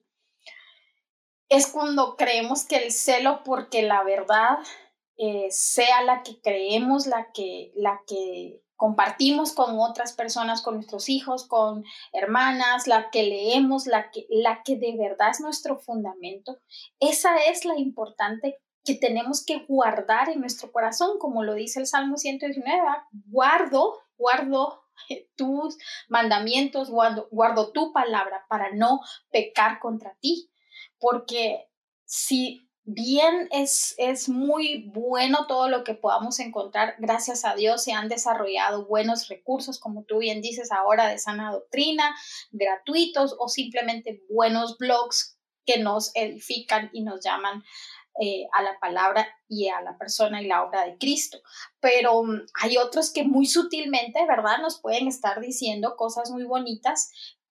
es cuando creemos que el celo porque la verdad eh, sea la que creemos, la que, la que compartimos con otras personas, con nuestros hijos, con hermanas, la que leemos, la que, la que de verdad es nuestro fundamento. Esa es la importante que tenemos que guardar en nuestro corazón, como lo dice el Salmo ciento diecinueve, guardo, guardo tus mandamientos, guardo, guardo tu palabra para no pecar contra ti, porque si bien es, es muy bueno todo lo que podamos encontrar, gracias a Dios se han desarrollado buenos recursos, como tú bien dices ahora, de sana doctrina, gratuitos o simplemente buenos blogs que nos edifican y nos llaman eh, a la palabra y a la persona y la obra de Cristo. Pero um, hay otros que muy sutilmente, ¿verdad?, nos pueden estar diciendo cosas muy bonitas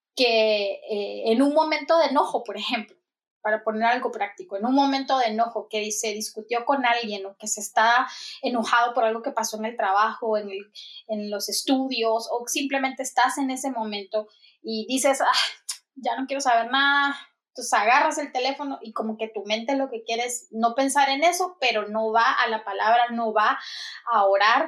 que eh, en un momento de enojo, por ejemplo, para poner algo práctico, en un momento de enojo que se discutió con alguien o que se está enojado por algo que pasó en el trabajo, en, el, en los estudios, o simplemente estás en ese momento y dices, ah, ya no quiero saber nada, entonces agarras el teléfono y como que tu mente lo que quiere es no pensar en eso, pero no va a la palabra, no va a orar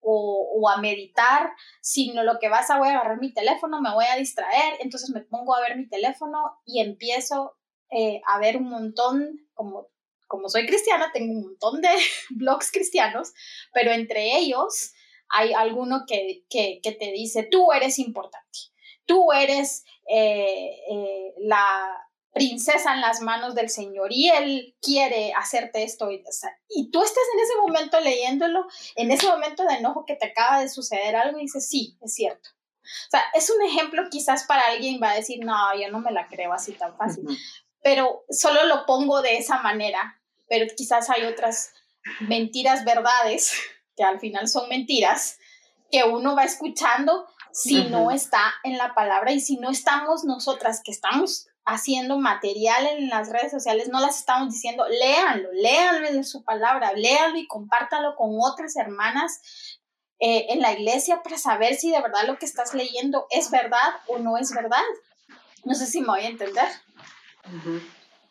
o, o a meditar, sino lo que vas a, voy a agarrar mi teléfono, me voy a distraer, entonces me pongo a ver mi teléfono y empiezo Eh, a ver un montón, como, como soy cristiana, tengo un montón de blogs cristianos, pero entre ellos hay alguno que, que, que te dice, tú eres importante, tú eres eh, eh, la princesa en las manos del Señor y Él quiere hacerte esto. Y, o sea, y tú estás en ese momento leyéndolo, en ese momento de enojo que te acaba de suceder algo y dices, sí, es cierto. O sea, es un ejemplo quizás para alguien va a decir, no, yo no me la creo así tan fácil. Uh-huh. Pero solo lo pongo de esa manera, pero quizás hay otras mentiras, verdades, que al final son mentiras, que uno va escuchando si uh-huh. no está en la palabra y si no estamos nosotras que estamos haciendo material en las redes sociales, no las estamos diciendo, léanlo, léanlo en su palabra, léanlo y compártanlo con otras hermanas eh, en la iglesia para saber si de verdad lo que estás leyendo es verdad o no es verdad. No sé si me voy a entender. Uh-huh.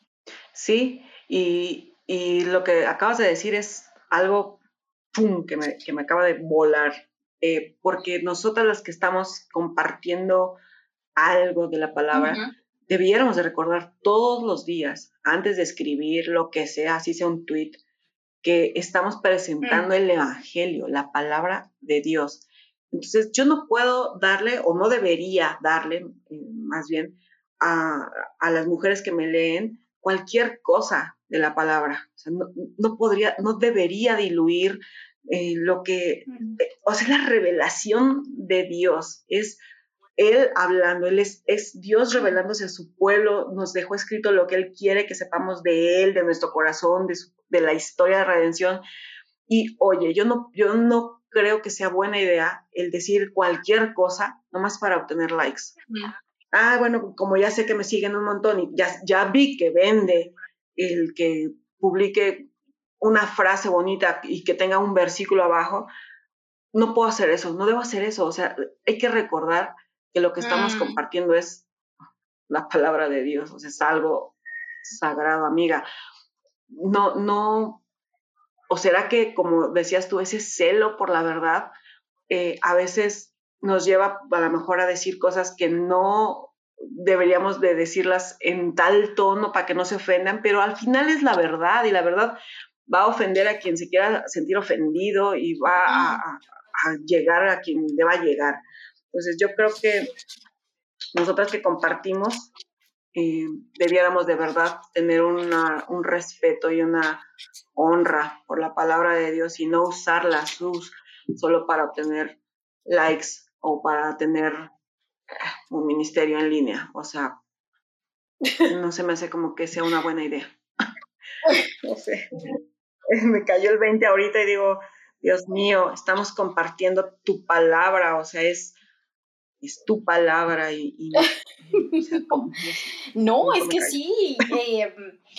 Sí, y, y lo que acabas de decir es algo ¡pum! que me, que me acaba de volar, eh, porque nosotras las que estamos compartiendo algo de la palabra, uh-huh. debiéramos de recordar todos los días, antes de escribir lo que sea, así sea un tweet, que estamos presentando uh-huh. el evangelio, la palabra de Dios. Entonces yo no puedo darle, o no debería darle, eh, más bien, a, a las mujeres que me leen cualquier cosa de la palabra. O sea, no, no podría, no debería diluir eh, lo que, eh, o sea, la revelación de Dios es Él hablando, Él es, es Dios revelándose a su pueblo, nos dejó escrito lo que Él quiere que sepamos de Él, de nuestro corazón, de, su, de la historia de redención. Y oye, yo no, yo no creo que sea buena idea el decir cualquier cosa nomás para obtener likes. Mm. Ah, bueno, como ya sé que me siguen un montón y ya, ya vi que vende el que publique una frase bonita y que tenga un versículo abajo, no puedo hacer eso, no debo hacer eso. O sea, hay que recordar que lo que estamos mm. compartiendo es la palabra de Dios, o sea, es algo sagrado, amiga. No, no, o será que, como decías tú, ese celo por la verdad eh, a veces nos lleva a lo mejor a decir cosas que no deberíamos de decirlas en tal tono para que no se ofendan, pero al final es la verdad y la verdad va a ofender a quien se quiera sentir ofendido y va a, a, a llegar a quien deba llegar. Entonces yo creo que nosotras que compartimos eh, debiéramos de verdad tener una, un respeto y una honra por la palabra de Dios y no usarla sus, solo para obtener likes o para tener un ministerio en línea. O sea, no se me hace como que sea una buena idea. No sé. Me cayó el veinte ahorita y digo, Dios mío, estamos compartiendo tu palabra, o sea, es, es tu palabra y... y, y o sea, ¿cómo? No, ¿cómo es que cayó? Sí. Eh,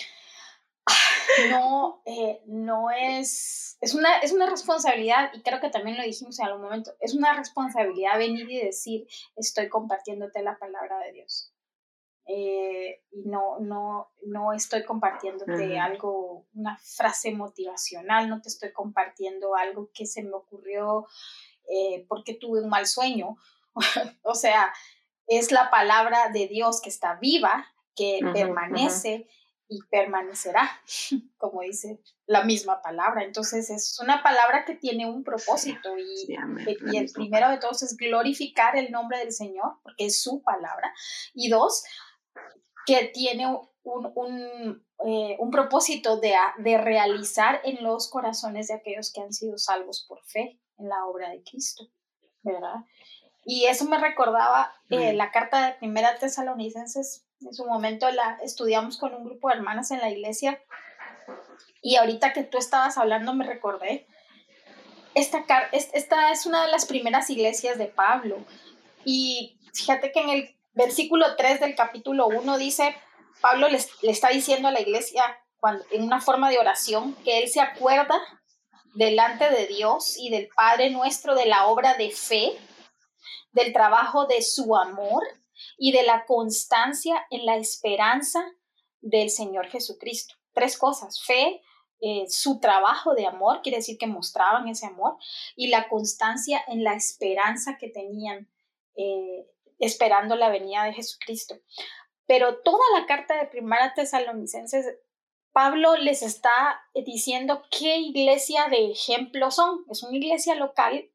no, eh, no es, es una, es una responsabilidad, y creo que también lo dijimos en algún momento, es una responsabilidad venir y decir, estoy compartiéndote la palabra de Dios. Eh, y no, no, no estoy compartiéndote uh-huh. algo, una frase motivacional, no te estoy compartiendo algo que se me ocurrió eh, porque tuve un mal sueño. O sea, es la palabra de Dios que está viva, que uh-huh, permanece uh-huh. y permanecerá, como dice la misma palabra. Entonces es una palabra que tiene un propósito sí, y, sí, y el primero palabra. de todos es glorificar el nombre del Señor, porque es su palabra, y dos, que tiene un, un, eh, un propósito de, de realizar en los corazones de aquellos que han sido salvos por fe en la obra de Cristo, ¿verdad? Y eso me recordaba eh, la carta de Primera Tesalonicenses. En su momento la estudiamos con un grupo de hermanas en la iglesia, y ahorita que tú estabas hablando me recordé, esta, esta es una de las primeras iglesias de Pablo, y fíjate que en el versículo tres del capítulo uno dice, Pablo le, le está diciendo a la iglesia cuando, en una forma de oración, que él se acuerda delante de Dios y del Padre nuestro de la obra de fe, del trabajo de su amor y de la constancia en la esperanza del Señor Jesucristo. Tres cosas: fe, eh, su trabajo de amor, quiere decir que mostraban ese amor, y la constancia en la esperanza que tenían, eh, esperando la venida de Jesucristo. Pero toda la carta de Primera Tesalonicenses, Pablo les está diciendo qué iglesia de ejemplo son. Es una iglesia local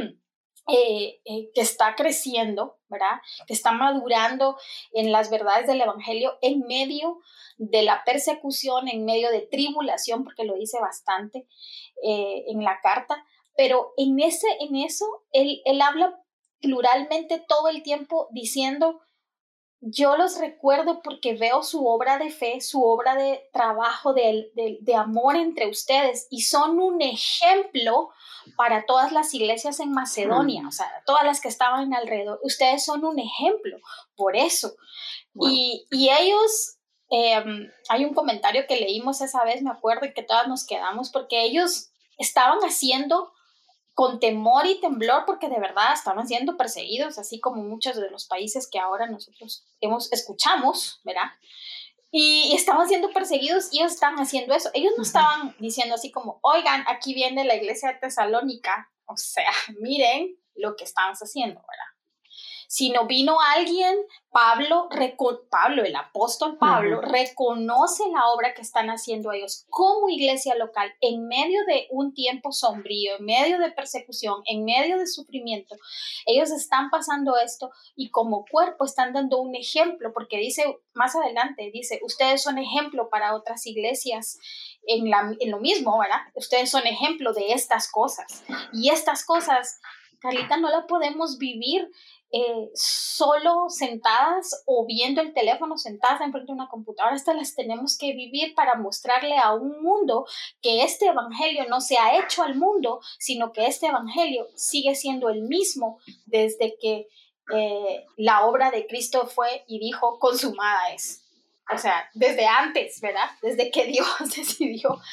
Eh, eh, que está creciendo, ¿verdad? Que está madurando en las verdades del evangelio en medio de la persecución, en medio de tribulación, porque lo dice bastante eh, en la carta, pero en, ese, en eso él, él habla pluralmente todo el tiempo diciendo, yo los recuerdo porque veo su obra de fe, su obra de trabajo, de, de, de amor entre ustedes, y son un ejemplo para todas las iglesias en Macedonia, o sea, todas las que estaban alrededor. Ustedes son un ejemplo, por eso. Wow. Y, y ellos, eh, hay un comentario que leímos esa vez, me acuerdo, y que todas nos quedamos, porque ellos estaban haciendo con temor y temblor, porque de verdad estaban siendo perseguidos, así como muchos de los países que ahora nosotros hemos, escuchamos, ¿verdad? Y estaban siendo perseguidos y ellos estaban haciendo eso. Ellos no estaban diciendo así como, oigan, aquí viene la iglesia de Tesalónica, o sea, miren lo que estamos haciendo, ¿verdad? Sino vino alguien, Pablo, reco- Pablo, el apóstol Pablo, uh-huh. reconoce la obra que están haciendo ellos como iglesia local en medio de un tiempo sombrío, en medio de persecución, en medio de sufrimiento. Ellos están pasando esto y como cuerpo están dando un ejemplo, porque dice más adelante, dice, ustedes son ejemplo para otras iglesias en, la, en lo mismo, ¿verdad? Ustedes son ejemplo de estas cosas. Y estas cosas, Carlita, no la podemos vivir Eh, solo sentadas o viendo el teléfono, sentadas enfrente de una computadora. Estas las tenemos que vivir para mostrarle a un mundo que este evangelio no se ha hecho al mundo, sino que este evangelio sigue siendo el mismo desde que eh, la obra de Cristo fue y dijo, consumada es. O sea, desde antes, ¿verdad? Desde que Dios decidió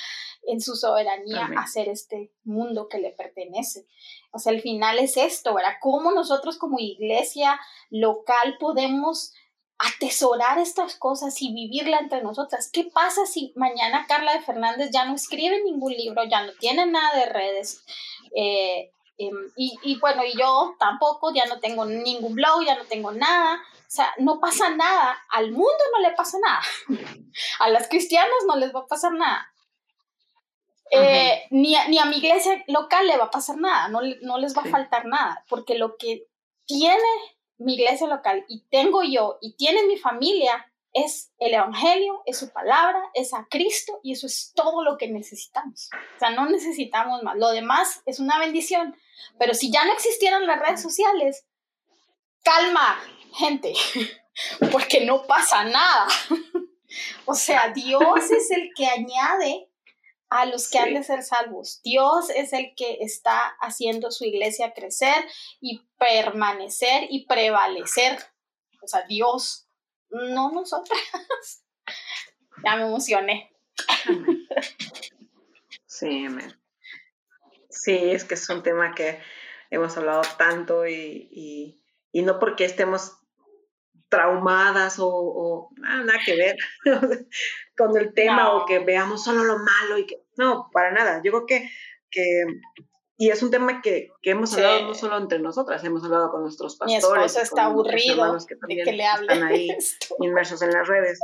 en su soberanía Amén. hacer este mundo que le pertenece. O sea, al final es esto, ¿verdad? ¿Cómo nosotros como iglesia local podemos atesorar estas cosas y vivirla entre nosotras? ¿Qué pasa si mañana Carla de Fernández ya no escribe ningún libro, ya no tiene nada de redes? Eh, eh, y, y bueno, y yo tampoco, ya no tengo ningún blog, ya no tengo nada. O sea, no pasa nada. Al mundo no le pasa nada. A las cristianas no les va a pasar nada. Eh, uh-huh. ni, a, ni a mi iglesia local le va a pasar nada, no, no les va sí. a faltar nada, porque lo que tiene mi iglesia local y tengo yo y tiene mi familia es el evangelio, es su palabra, es a Cristo, y eso es todo lo que necesitamos. O sea, no necesitamos más. Lo demás es una bendición, pero si ya no existieran las redes sociales, calma, gente, porque no pasa nada. O sea, Dios es el que añade a los que sí. han de ser salvos. Dios es el que está haciendo su iglesia crecer y permanecer y prevalecer. O sea, Dios, no nosotras. Ya me emocioné. Amén. Sí, amén. Sí, es que es un tema que hemos hablado tanto y, y, y no porque estemos traumadas o, o nada, nada que ver con el tema no. o que veamos solo lo malo y que no, para nada. Yo creo que, que y es un tema que, que hemos sí. hablado no solo entre nosotras, hemos hablado con nuestros pastores. Mi esposo está con aburrido hermanos que también de que le hable están ahí esto. Inmersos en las redes.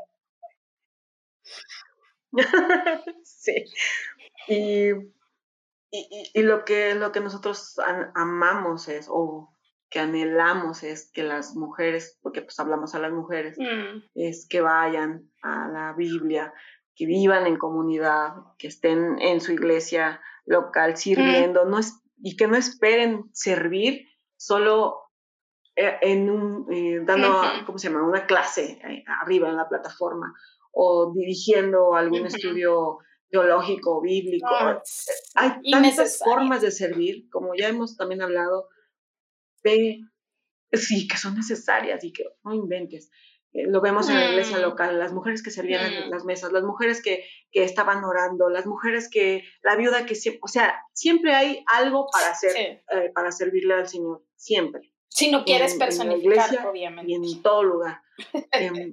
Sí. Y, y, y lo que lo que nosotros an, amamos es o que anhelamos es que las mujeres, porque pues hablamos a las mujeres, mm. es que vayan a la Biblia, que vivan en comunidad, que estén en su iglesia local sirviendo, mm. no es, y que no esperen servir solo en un, eh, dando, uh-huh. ¿cómo se llama? Una clase eh, arriba en la plataforma, o dirigiendo algún uh-huh. estudio teológico, bíblico. Oh, hay tantas formas de servir, como ya hemos también hablado, de, sí, que son necesarias y que no inventes. Eh, lo vemos mm. en la iglesia local, las mujeres que servían mm. las, las mesas, las mujeres que, que estaban orando, las mujeres que, la viuda que siempre, o sea, siempre hay algo para hacer, sí. eh, para servirle al Señor, siempre. Si no quieres en, personificar, en la iglesia, obviamente. Y en todo lugar. eh,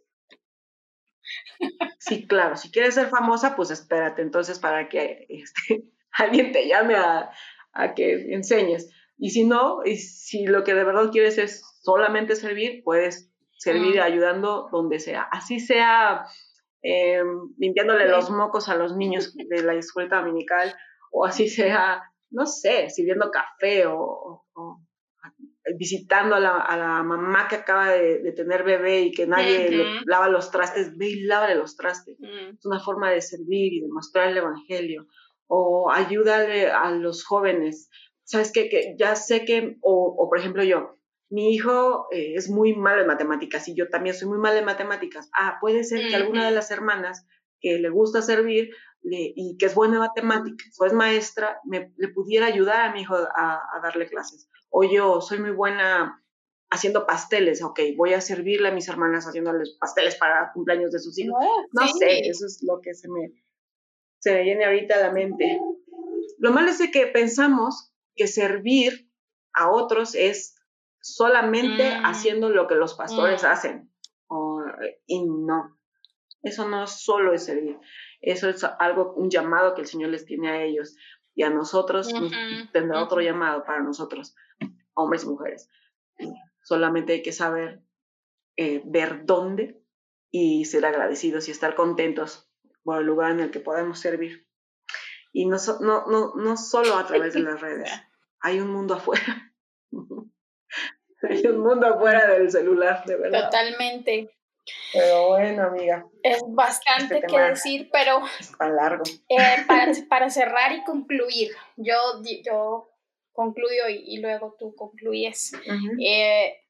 sí, claro, si quieres ser famosa, pues espérate entonces para que este, alguien te llame a, a que enseñes. Y si no, y si lo que de verdad quieres es solamente servir, puedes servir uh-huh. ayudando donde sea. Así sea eh, limpiándole uh-huh. los mocos a los niños de la escuela dominical, o así sea, no sé, sirviendo café o, o visitando a la, a la mamá que acaba de, de tener bebé y que nadie uh-huh. le lava los trastes, ve y lávale los trastes. Uh-huh. Es una forma de servir y de mostrar el evangelio. O ayúdale a los jóvenes. ¿Sabes qué? Que ya sé que, o, o por ejemplo yo, mi hijo eh, es muy malo en matemáticas y yo también soy muy mala en matemáticas. Ah, puede ser uh-huh. que alguna de las hermanas que le gusta servir le, y que es buena en matemáticas o es maestra, me, le pudiera ayudar a mi hijo a, a darle clases. O yo soy muy buena haciendo pasteles, ok, voy a servirle a mis hermanas haciéndoles pasteles para cumpleaños de sus hijos. No, no sí. sé, eso es lo que se me, se me viene ahorita a la mente. Lo malo es de que pensamos que servir a otros es solamente mm. haciendo lo que los pastores mm. hacen. O, y no, eso no solo es servir, eso es algo, un llamado que el Señor les tiene a ellos. Y a nosotros uh-huh. nos tendrá uh-huh. otro llamado para nosotros, hombres y mujeres. Solamente hay que saber eh, ver dónde y ser agradecidos y estar contentos por el lugar en el que podemos servir. Y no, no, no, no solo a través de las redes. Hay un mundo afuera. Hay un mundo afuera del celular, de verdad. Totalmente. Pero bueno, amiga. Es bastante este que decir, pero es tan largo. Eh, para, para cerrar y concluir, yo, yo concluyo y, y luego tú concluyes. Uh-huh. Eh,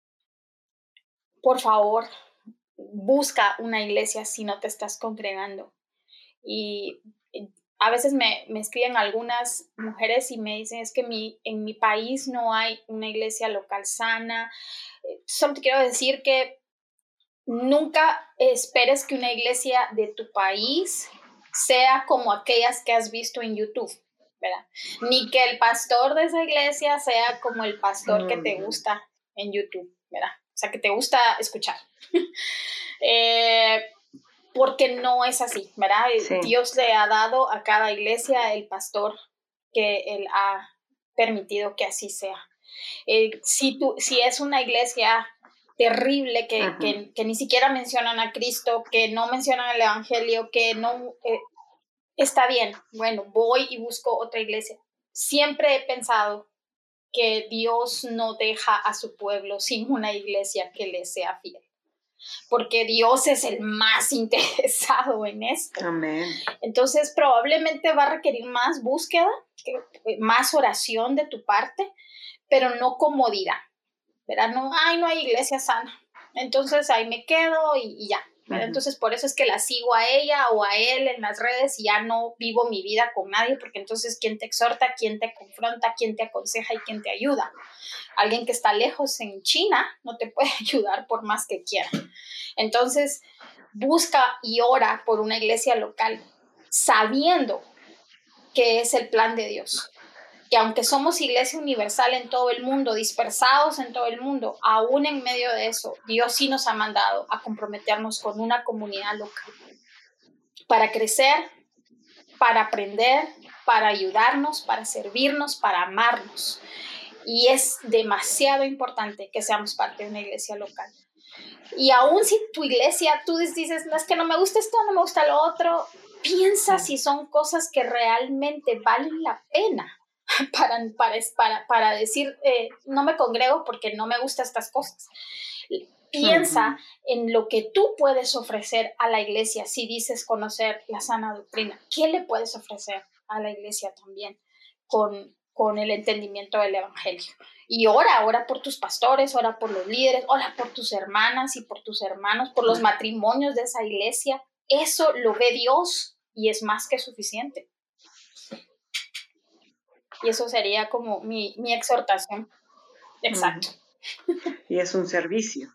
por favor, busca una iglesia si no te estás congregando. Y a veces me, me escriben algunas mujeres y me dicen, es que mi, en mi país no hay una iglesia local sana. Solo te quiero decir que nunca esperes que una iglesia de tu país sea como aquellas que has visto en YouTube, ¿verdad? Ni que el pastor de esa iglesia sea como el pastor que te gusta en YouTube, ¿verdad? O sea, que te gusta escuchar. eh, porque no es así, ¿verdad? Sí. Dios le ha dado a cada iglesia el pastor que Él ha permitido que así sea. Eh, si, tú, si es una iglesia terrible que, uh-huh. que, que ni siquiera mencionan a Cristo, que no mencionan el evangelio, que no... Eh, está bien, bueno, voy y busco otra iglesia. Siempre he pensado que Dios no deja a su pueblo sin una iglesia que le sea fiel, porque Dios es el más interesado en esto. Amén. Entonces, probablemente va a requerir más búsqueda, más oración de tu parte, pero no comodidad, ¿verdad? No, ay, no hay iglesia sana, entonces ahí me quedo y, y ya. Uh-huh. Entonces, por eso es que la sigo a ella o a él en las redes y ya no vivo mi vida con nadie, porque entonces, ¿quién te exhorta? ¿Quién te confronta? ¿Quién te aconseja? ¿Y quién te ayuda? Alguien que está lejos en China no te puede ayudar por más que quiera. Entonces, busca y ora por una iglesia local, sabiendo que es el plan de Dios. Que aunque somos iglesia universal en todo el mundo, dispersados en todo el mundo, aún en medio de eso, Dios sí nos ha mandado a comprometernos con una comunidad local para crecer, para aprender, para ayudarnos, para servirnos, para amarnos. Y es demasiado importante que seamos parte de una iglesia local. Y aún si tu iglesia, tú dices, no, es que no me gusta esto, no me gusta lo otro, piensa si son cosas que realmente valen la pena. Para, para, para, para decir, eh, no me congrego porque no me gustan estas cosas. Piensa uh-huh. en lo que tú puedes ofrecer a la iglesia si dices conocer la sana doctrina. ¿Qué le puedes ofrecer a la iglesia también con, con el entendimiento del evangelio? Y ora, ora por tus pastores, ora por los líderes, ora por tus hermanas y por tus hermanos, por los matrimonios de esa iglesia. Eso lo ve Dios y es más que suficiente. Y eso sería como mi, mi exhortación. Exacto. Uh-huh. Y es un servicio.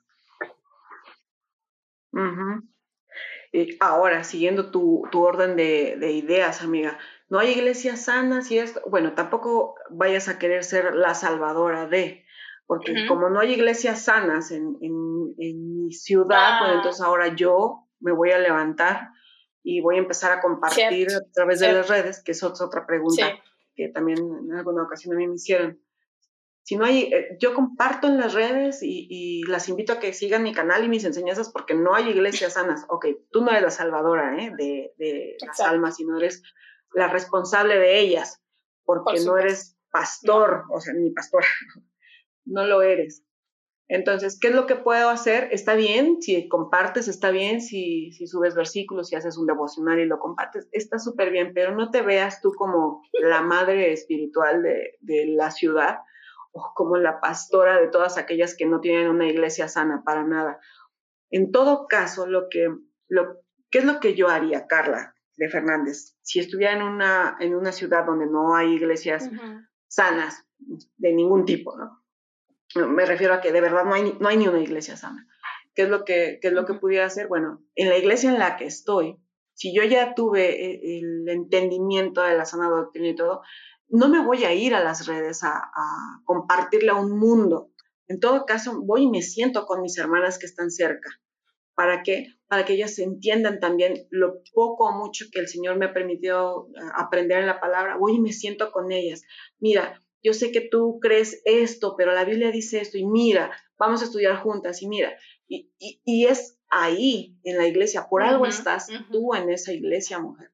Uh-huh. Y ahora, siguiendo tu, tu orden de, de ideas, amiga, no hay iglesias sanas y esto, bueno, tampoco vayas a querer ser la salvadora de, porque uh-huh. como no hay iglesias sanas en, en, en mi ciudad, ah. bueno, entonces ahora yo me voy a levantar y voy a empezar a compartir cierto, a través cierto. de las redes, que es otra pregunta sí. que también en alguna ocasión a mí me hicieron. Si no hay, eh, yo comparto en las redes y, y las invito a que sigan mi canal y mis enseñanzas porque no hay iglesias sanas. Ok, tú no eres la salvadora ¿eh? de, de las almas, sino eres la responsable de ellas, porque Por no eres pastor, no. o sea, ni pastora, no lo eres. Entonces, ¿qué es lo que puedo hacer? Está bien, si compartes, está bien, si, si subes versículos, si haces un devocional y lo compartes, está súper bien, pero no te veas tú como la madre espiritual de, de la ciudad, o como la pastora de todas aquellas que no tienen una iglesia sana, para nada. En todo caso, lo que, lo, ¿qué es lo que yo haría, Carla de Fernández? Si estuviera en una, en una ciudad donde no hay iglesias uh-huh. sanas, de ningún tipo, ¿no? Me refiero a que de verdad no hay, no hay ni una iglesia sana. ¿Qué es lo que, qué es lo uh-huh. que pudiera hacer? Bueno, en la iglesia en la que estoy, si yo ya tuve el entendimiento de la sana doctrina y todo, no me voy a ir a las redes a, a compartirle a un mundo. En todo caso, voy y me siento con mis hermanas que están cerca. ¿Para qué? Para que ellas entiendan también lo poco o mucho que el Señor me ha permitido aprender en la palabra. Voy y me siento con ellas. Mira, yo sé que tú crees esto, pero la Biblia dice esto, y mira, vamos a estudiar juntas, y mira, y, y, y es ahí, en la iglesia, por uh-huh, algo estás uh-huh. tú en esa iglesia, mujer.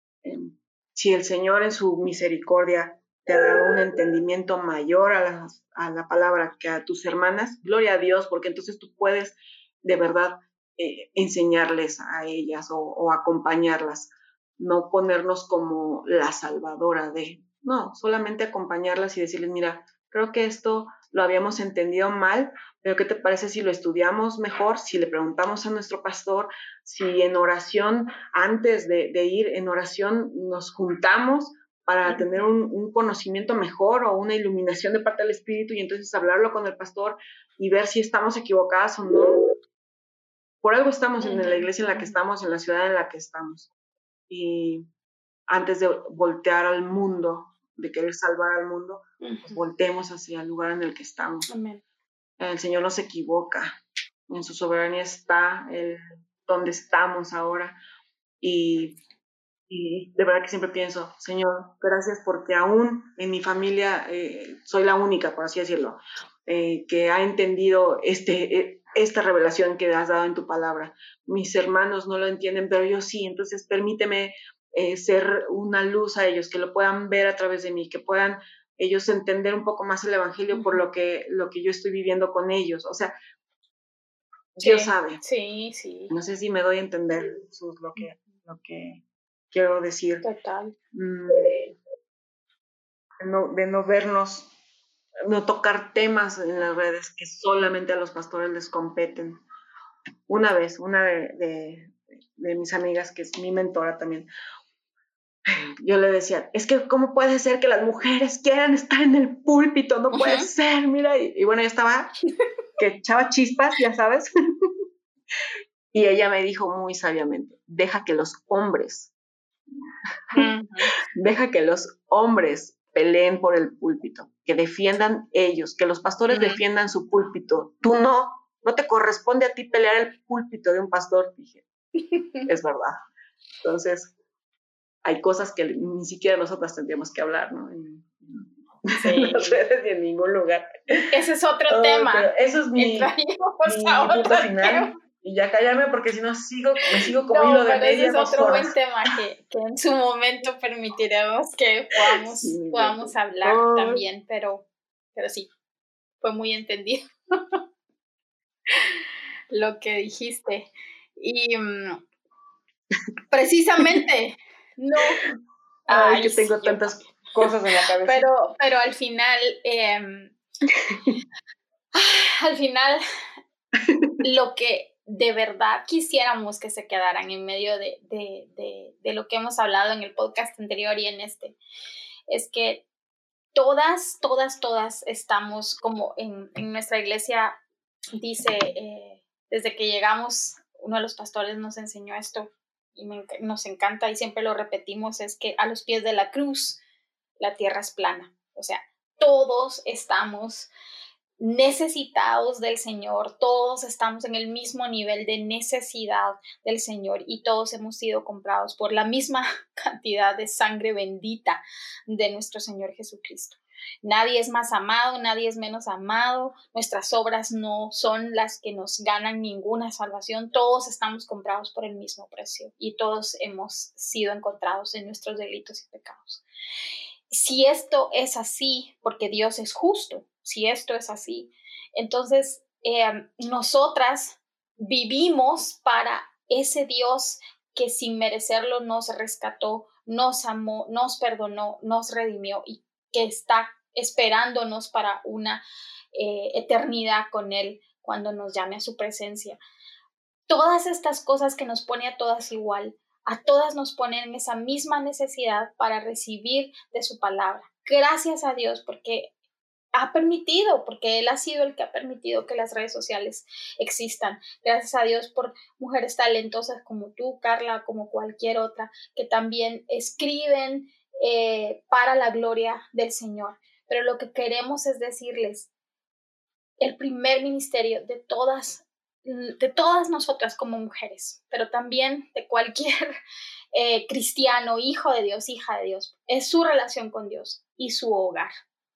Si el Señor en su misericordia te ha dado un entendimiento mayor a la, a la palabra que a tus hermanas, gloria a Dios, porque entonces tú puedes de verdad eh, enseñarles a ellas o, o acompañarlas, no ponernos como la salvadora de, no, solamente acompañarlas y decirles, mira, creo que esto lo habíamos entendido mal, pero ¿qué te parece si lo estudiamos mejor? Si le preguntamos a nuestro pastor, si en oración, antes de, de ir en oración, nos juntamos para tener un, un conocimiento mejor o una iluminación de parte del Espíritu y entonces hablarlo con el pastor y ver si estamos equivocadas o no. Por algo estamos en la iglesia en la que estamos, en la ciudad en la que estamos. y antes de voltear al mundo, de querer salvar al mundo, uh-huh. pues volteemos hacia el lugar en el que estamos. Amén. El Señor no se equivoca, en su soberanía está el, donde estamos ahora, y, y de verdad que siempre pienso, Señor, gracias porque aún en mi familia eh, soy la única, por así decirlo, eh, que ha entendido este, eh, esta revelación que has dado en tu palabra. Mis hermanos no lo entienden, pero yo sí, entonces permíteme eh, ser una luz a ellos, que lo puedan ver a través de mí, que puedan ellos entender un poco más el evangelio uh-huh. por lo que, lo que yo estoy viviendo con ellos. O sea, sí, Dios sabe. Sí, sí. No sé si me doy a entender Jesús, lo que, lo que quiero decir. Total. Mm, de, no, de no vernos, no tocar temas en las redes que solamente a los pastores les competen. Una vez, una de, de, de mis amigas, que es mi mentora también, yo le decía, es que ¿cómo puede ser que las mujeres quieran estar en el púlpito? No puede uh-huh. ser, mira. Y, y bueno, yo estaba que echaba chispas, ya sabes. Y ella me dijo muy sabiamente, deja que los hombres, uh-huh. deja que los hombres peleen por el púlpito, que defiendan ellos, que los pastores uh-huh. defiendan su púlpito. Tú no, no te corresponde a ti pelear el púlpito de un pastor, dije. Es verdad. Entonces, hay cosas que ni siquiera nosotras tendríamos que hablar, ¿no? En, sí. en las redes y en ningún lugar. Ese es otro oh, tema. Eso es mi, mi punto final. Tema. Y ya callarme porque si no sigo, me sigo como no, hilo de pero media ese es otro horas. buen tema que, que en su momento permitiremos que podamos, sí, podamos hablar oh. también, pero, pero sí, fue muy entendido lo que dijiste. Y um, precisamente, no. Ay, Ay que tengo sí, tantas también. cosas en la cabeza. Pero, pero al final, eh, al final, lo que de verdad quisiéramos que se quedaran en medio de, de, de, de lo que hemos hablado en el podcast anterior y en este, es que todas, todas, todas estamos como en, en nuestra iglesia, dice, eh, desde que llegamos, uno de los pastores nos enseñó esto y me, nos encanta y siempre lo repetimos, es que a los pies de la cruz la tierra es plana, o sea, todos estamos necesitados del Señor, todos estamos en el mismo nivel de necesidad del Señor y todos hemos sido comprados por la misma cantidad de sangre bendita de nuestro Señor Jesucristo. Nadie es más amado, nadie es menos amado, nuestras obras no son las que nos ganan ninguna salvación, todos estamos comprados por el mismo precio y todos hemos sido encontrados en nuestros delitos y pecados. Si esto es así, porque Dios es justo, si esto es así, entonces eh, nosotras vivimos para ese Dios que sin merecerlo nos rescató, nos amó, nos perdonó, nos redimió y que está esperándonos para una eh, eternidad con Él cuando nos llame a su presencia. Todas estas cosas que nos pone a todas igual, a todas nos ponen en esa misma necesidad para recibir de su palabra. Gracias a Dios porque ha permitido, porque Él ha sido el que ha permitido que las redes sociales existan. Gracias a Dios por mujeres talentosas como tú, Carla, como cualquier otra, que también escriben eh, para la gloria del Señor. Pero lo que queremos es decirles, el primer ministerio de todas, de todas nosotras como mujeres, pero también de cualquier eh, cristiano, hijo de Dios, hija de Dios, es su relación con Dios y su hogar.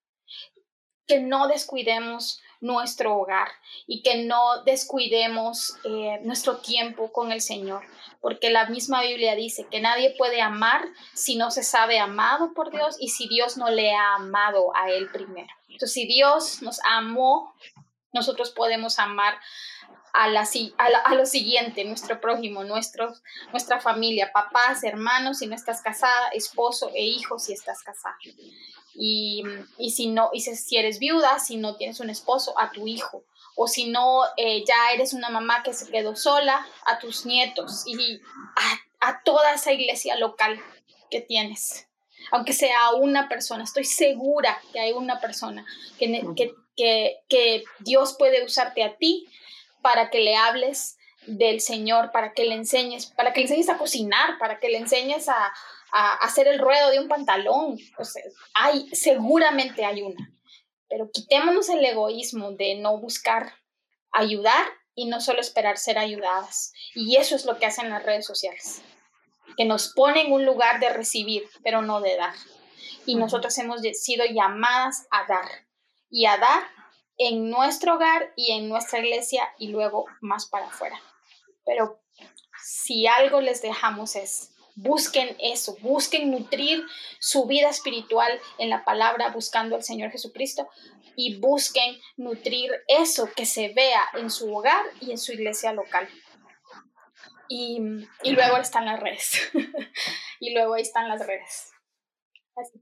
Que no descuidemos nuestro hogar y que no descuidemos eh, nuestro tiempo con el Señor, porque la misma Biblia dice que nadie puede amar si no se sabe amado por Dios y si Dios no le ha amado a Él primero. Entonces, si Dios nos amó, nosotros podemos amar a, la, a, la, a lo siguiente, nuestro prójimo, nuestros, nuestra familia, papás, hermanos, si no estás casada, esposo e hijos si estás casada. Y, y, si, no, y si, si eres viuda, si no tienes un esposo, a tu hijo. O si no, eh, ya eres una mamá que se quedó sola, a tus nietos. Y a, a toda esa iglesia local que tienes. Aunque sea una persona, estoy segura que hay una persona que, que, que, que Dios puede usarte a ti para que le hables del Señor para que le enseñes, para que le enseñes a cocinar, para que le enseñes a, a hacer el ruedo de un pantalón. O sea, hay, seguramente hay una. Pero quitémonos el egoísmo de no buscar ayudar y no solo esperar ser ayudadas. Y eso es lo que hacen las redes sociales, que nos ponen en un lugar de recibir, pero no de dar. Y uh-huh. nosotros hemos sido llamadas a dar, y a dar en nuestro hogar y en nuestra iglesia y luego más para afuera. Pero si algo les dejamos es, busquen eso, busquen nutrir su vida espiritual en la palabra, buscando al Señor Jesucristo, y busquen nutrir eso que se vea en su hogar y en su iglesia local. Y, y luego están las redes. y luego ahí están las redes. Así.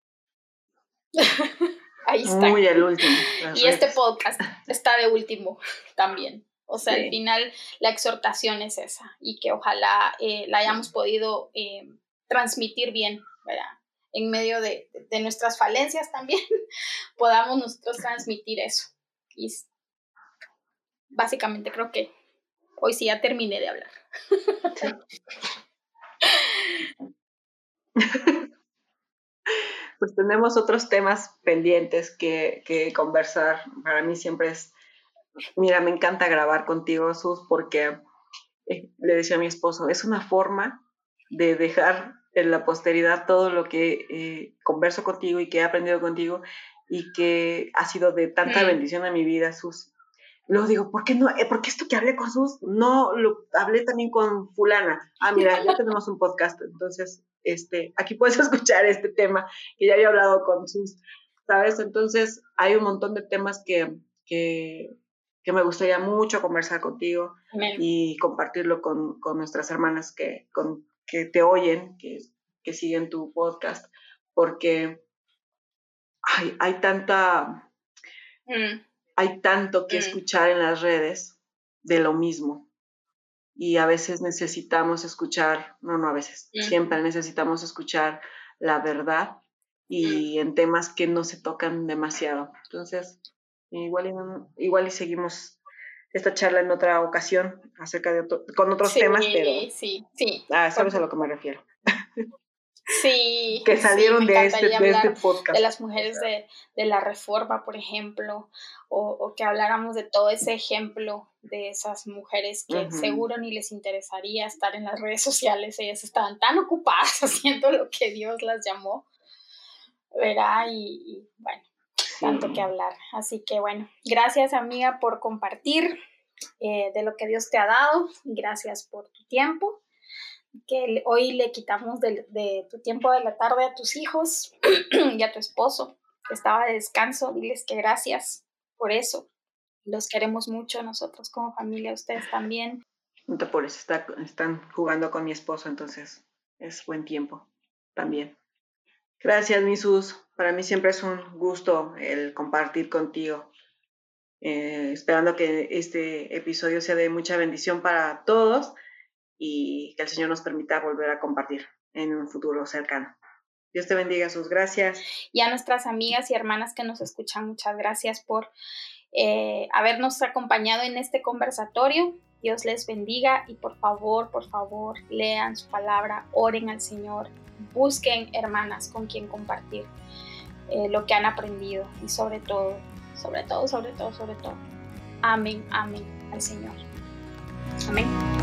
Ahí está. Muy al último. Y redes. Este podcast está de último también. O sea, sí. Al final la exhortación es esa, y que ojalá eh, la hayamos podido eh, transmitir bien, ¿verdad? En medio de, de nuestras falencias también podamos nosotros transmitir eso. Y básicamente creo que hoy sí ya terminé de hablar. Pues tenemos otros temas pendientes que, que conversar. Para mí siempre es, mira, me encanta grabar contigo, Sus, porque eh, le decía a mi esposo, es una forma de dejar en la posteridad todo lo que eh, converso contigo y que he aprendido contigo y que ha sido de tanta mm. bendición a mi vida, Sus. Luego digo, ¿por qué no? Eh, ¿Por qué esto que hablé con Sus no lo hablé también con fulana? Ah, mira, ya tenemos un podcast, entonces este, aquí puedes escuchar este tema que ya había hablado con Sus, ¿sabes? Entonces hay un montón de temas que, que, que me gustaría mucho conversar contigo Amén. Y compartirlo con, con nuestras hermanas que, con, que te oyen, que, que siguen tu podcast, porque hay, hay tanta... Mm. Hay tanto que mm. escuchar en las redes de lo mismo. Y a veces necesitamos escuchar, no, no a veces, mm. siempre necesitamos escuchar la verdad y mm. en temas que no se tocan demasiado. Entonces, igual y, igual y seguimos esta charla en otra ocasión acerca de otro, con otros sí, temas, pero sí, sí. Ah, sabes a lo que me refiero. Sí, que salieron sí, me de, este, de este podcast. De las mujeres de, de la Reforma, por ejemplo, o, o que habláramos de todo ese ejemplo de esas mujeres que uh-huh. seguro ni les interesaría estar en las redes sociales, ellas estaban tan ocupadas haciendo lo que Dios las llamó, ¿verdad? Y, y bueno, sí. tanto que hablar. Así que bueno, gracias amiga por compartir eh, de lo que Dios te ha dado, gracias por tu tiempo. Que hoy le quitamos de, de tu tiempo de la tarde a tus hijos y a tu esposo que estaba de descanso, diles que gracias por eso, los queremos mucho nosotros como familia, ustedes también. No te apures, está, están jugando con mi esposo, entonces es buen tiempo también. Gracias, mi Sus, para mí siempre es un gusto el compartir contigo, eh, esperando que este episodio sea de mucha bendición para todos y que el Señor nos permita volver a compartir en un futuro cercano. Dios te bendiga, Sus, gracias. Y a nuestras amigas y hermanas que nos escuchan, muchas gracias por eh, habernos acompañado en este conversatorio. Dios les bendiga y por favor, por favor, lean su palabra, oren al Señor, busquen hermanas con quien compartir eh, lo que han aprendido y sobre todo, sobre todo, sobre todo, sobre todo, amen, amen al Señor. Amén.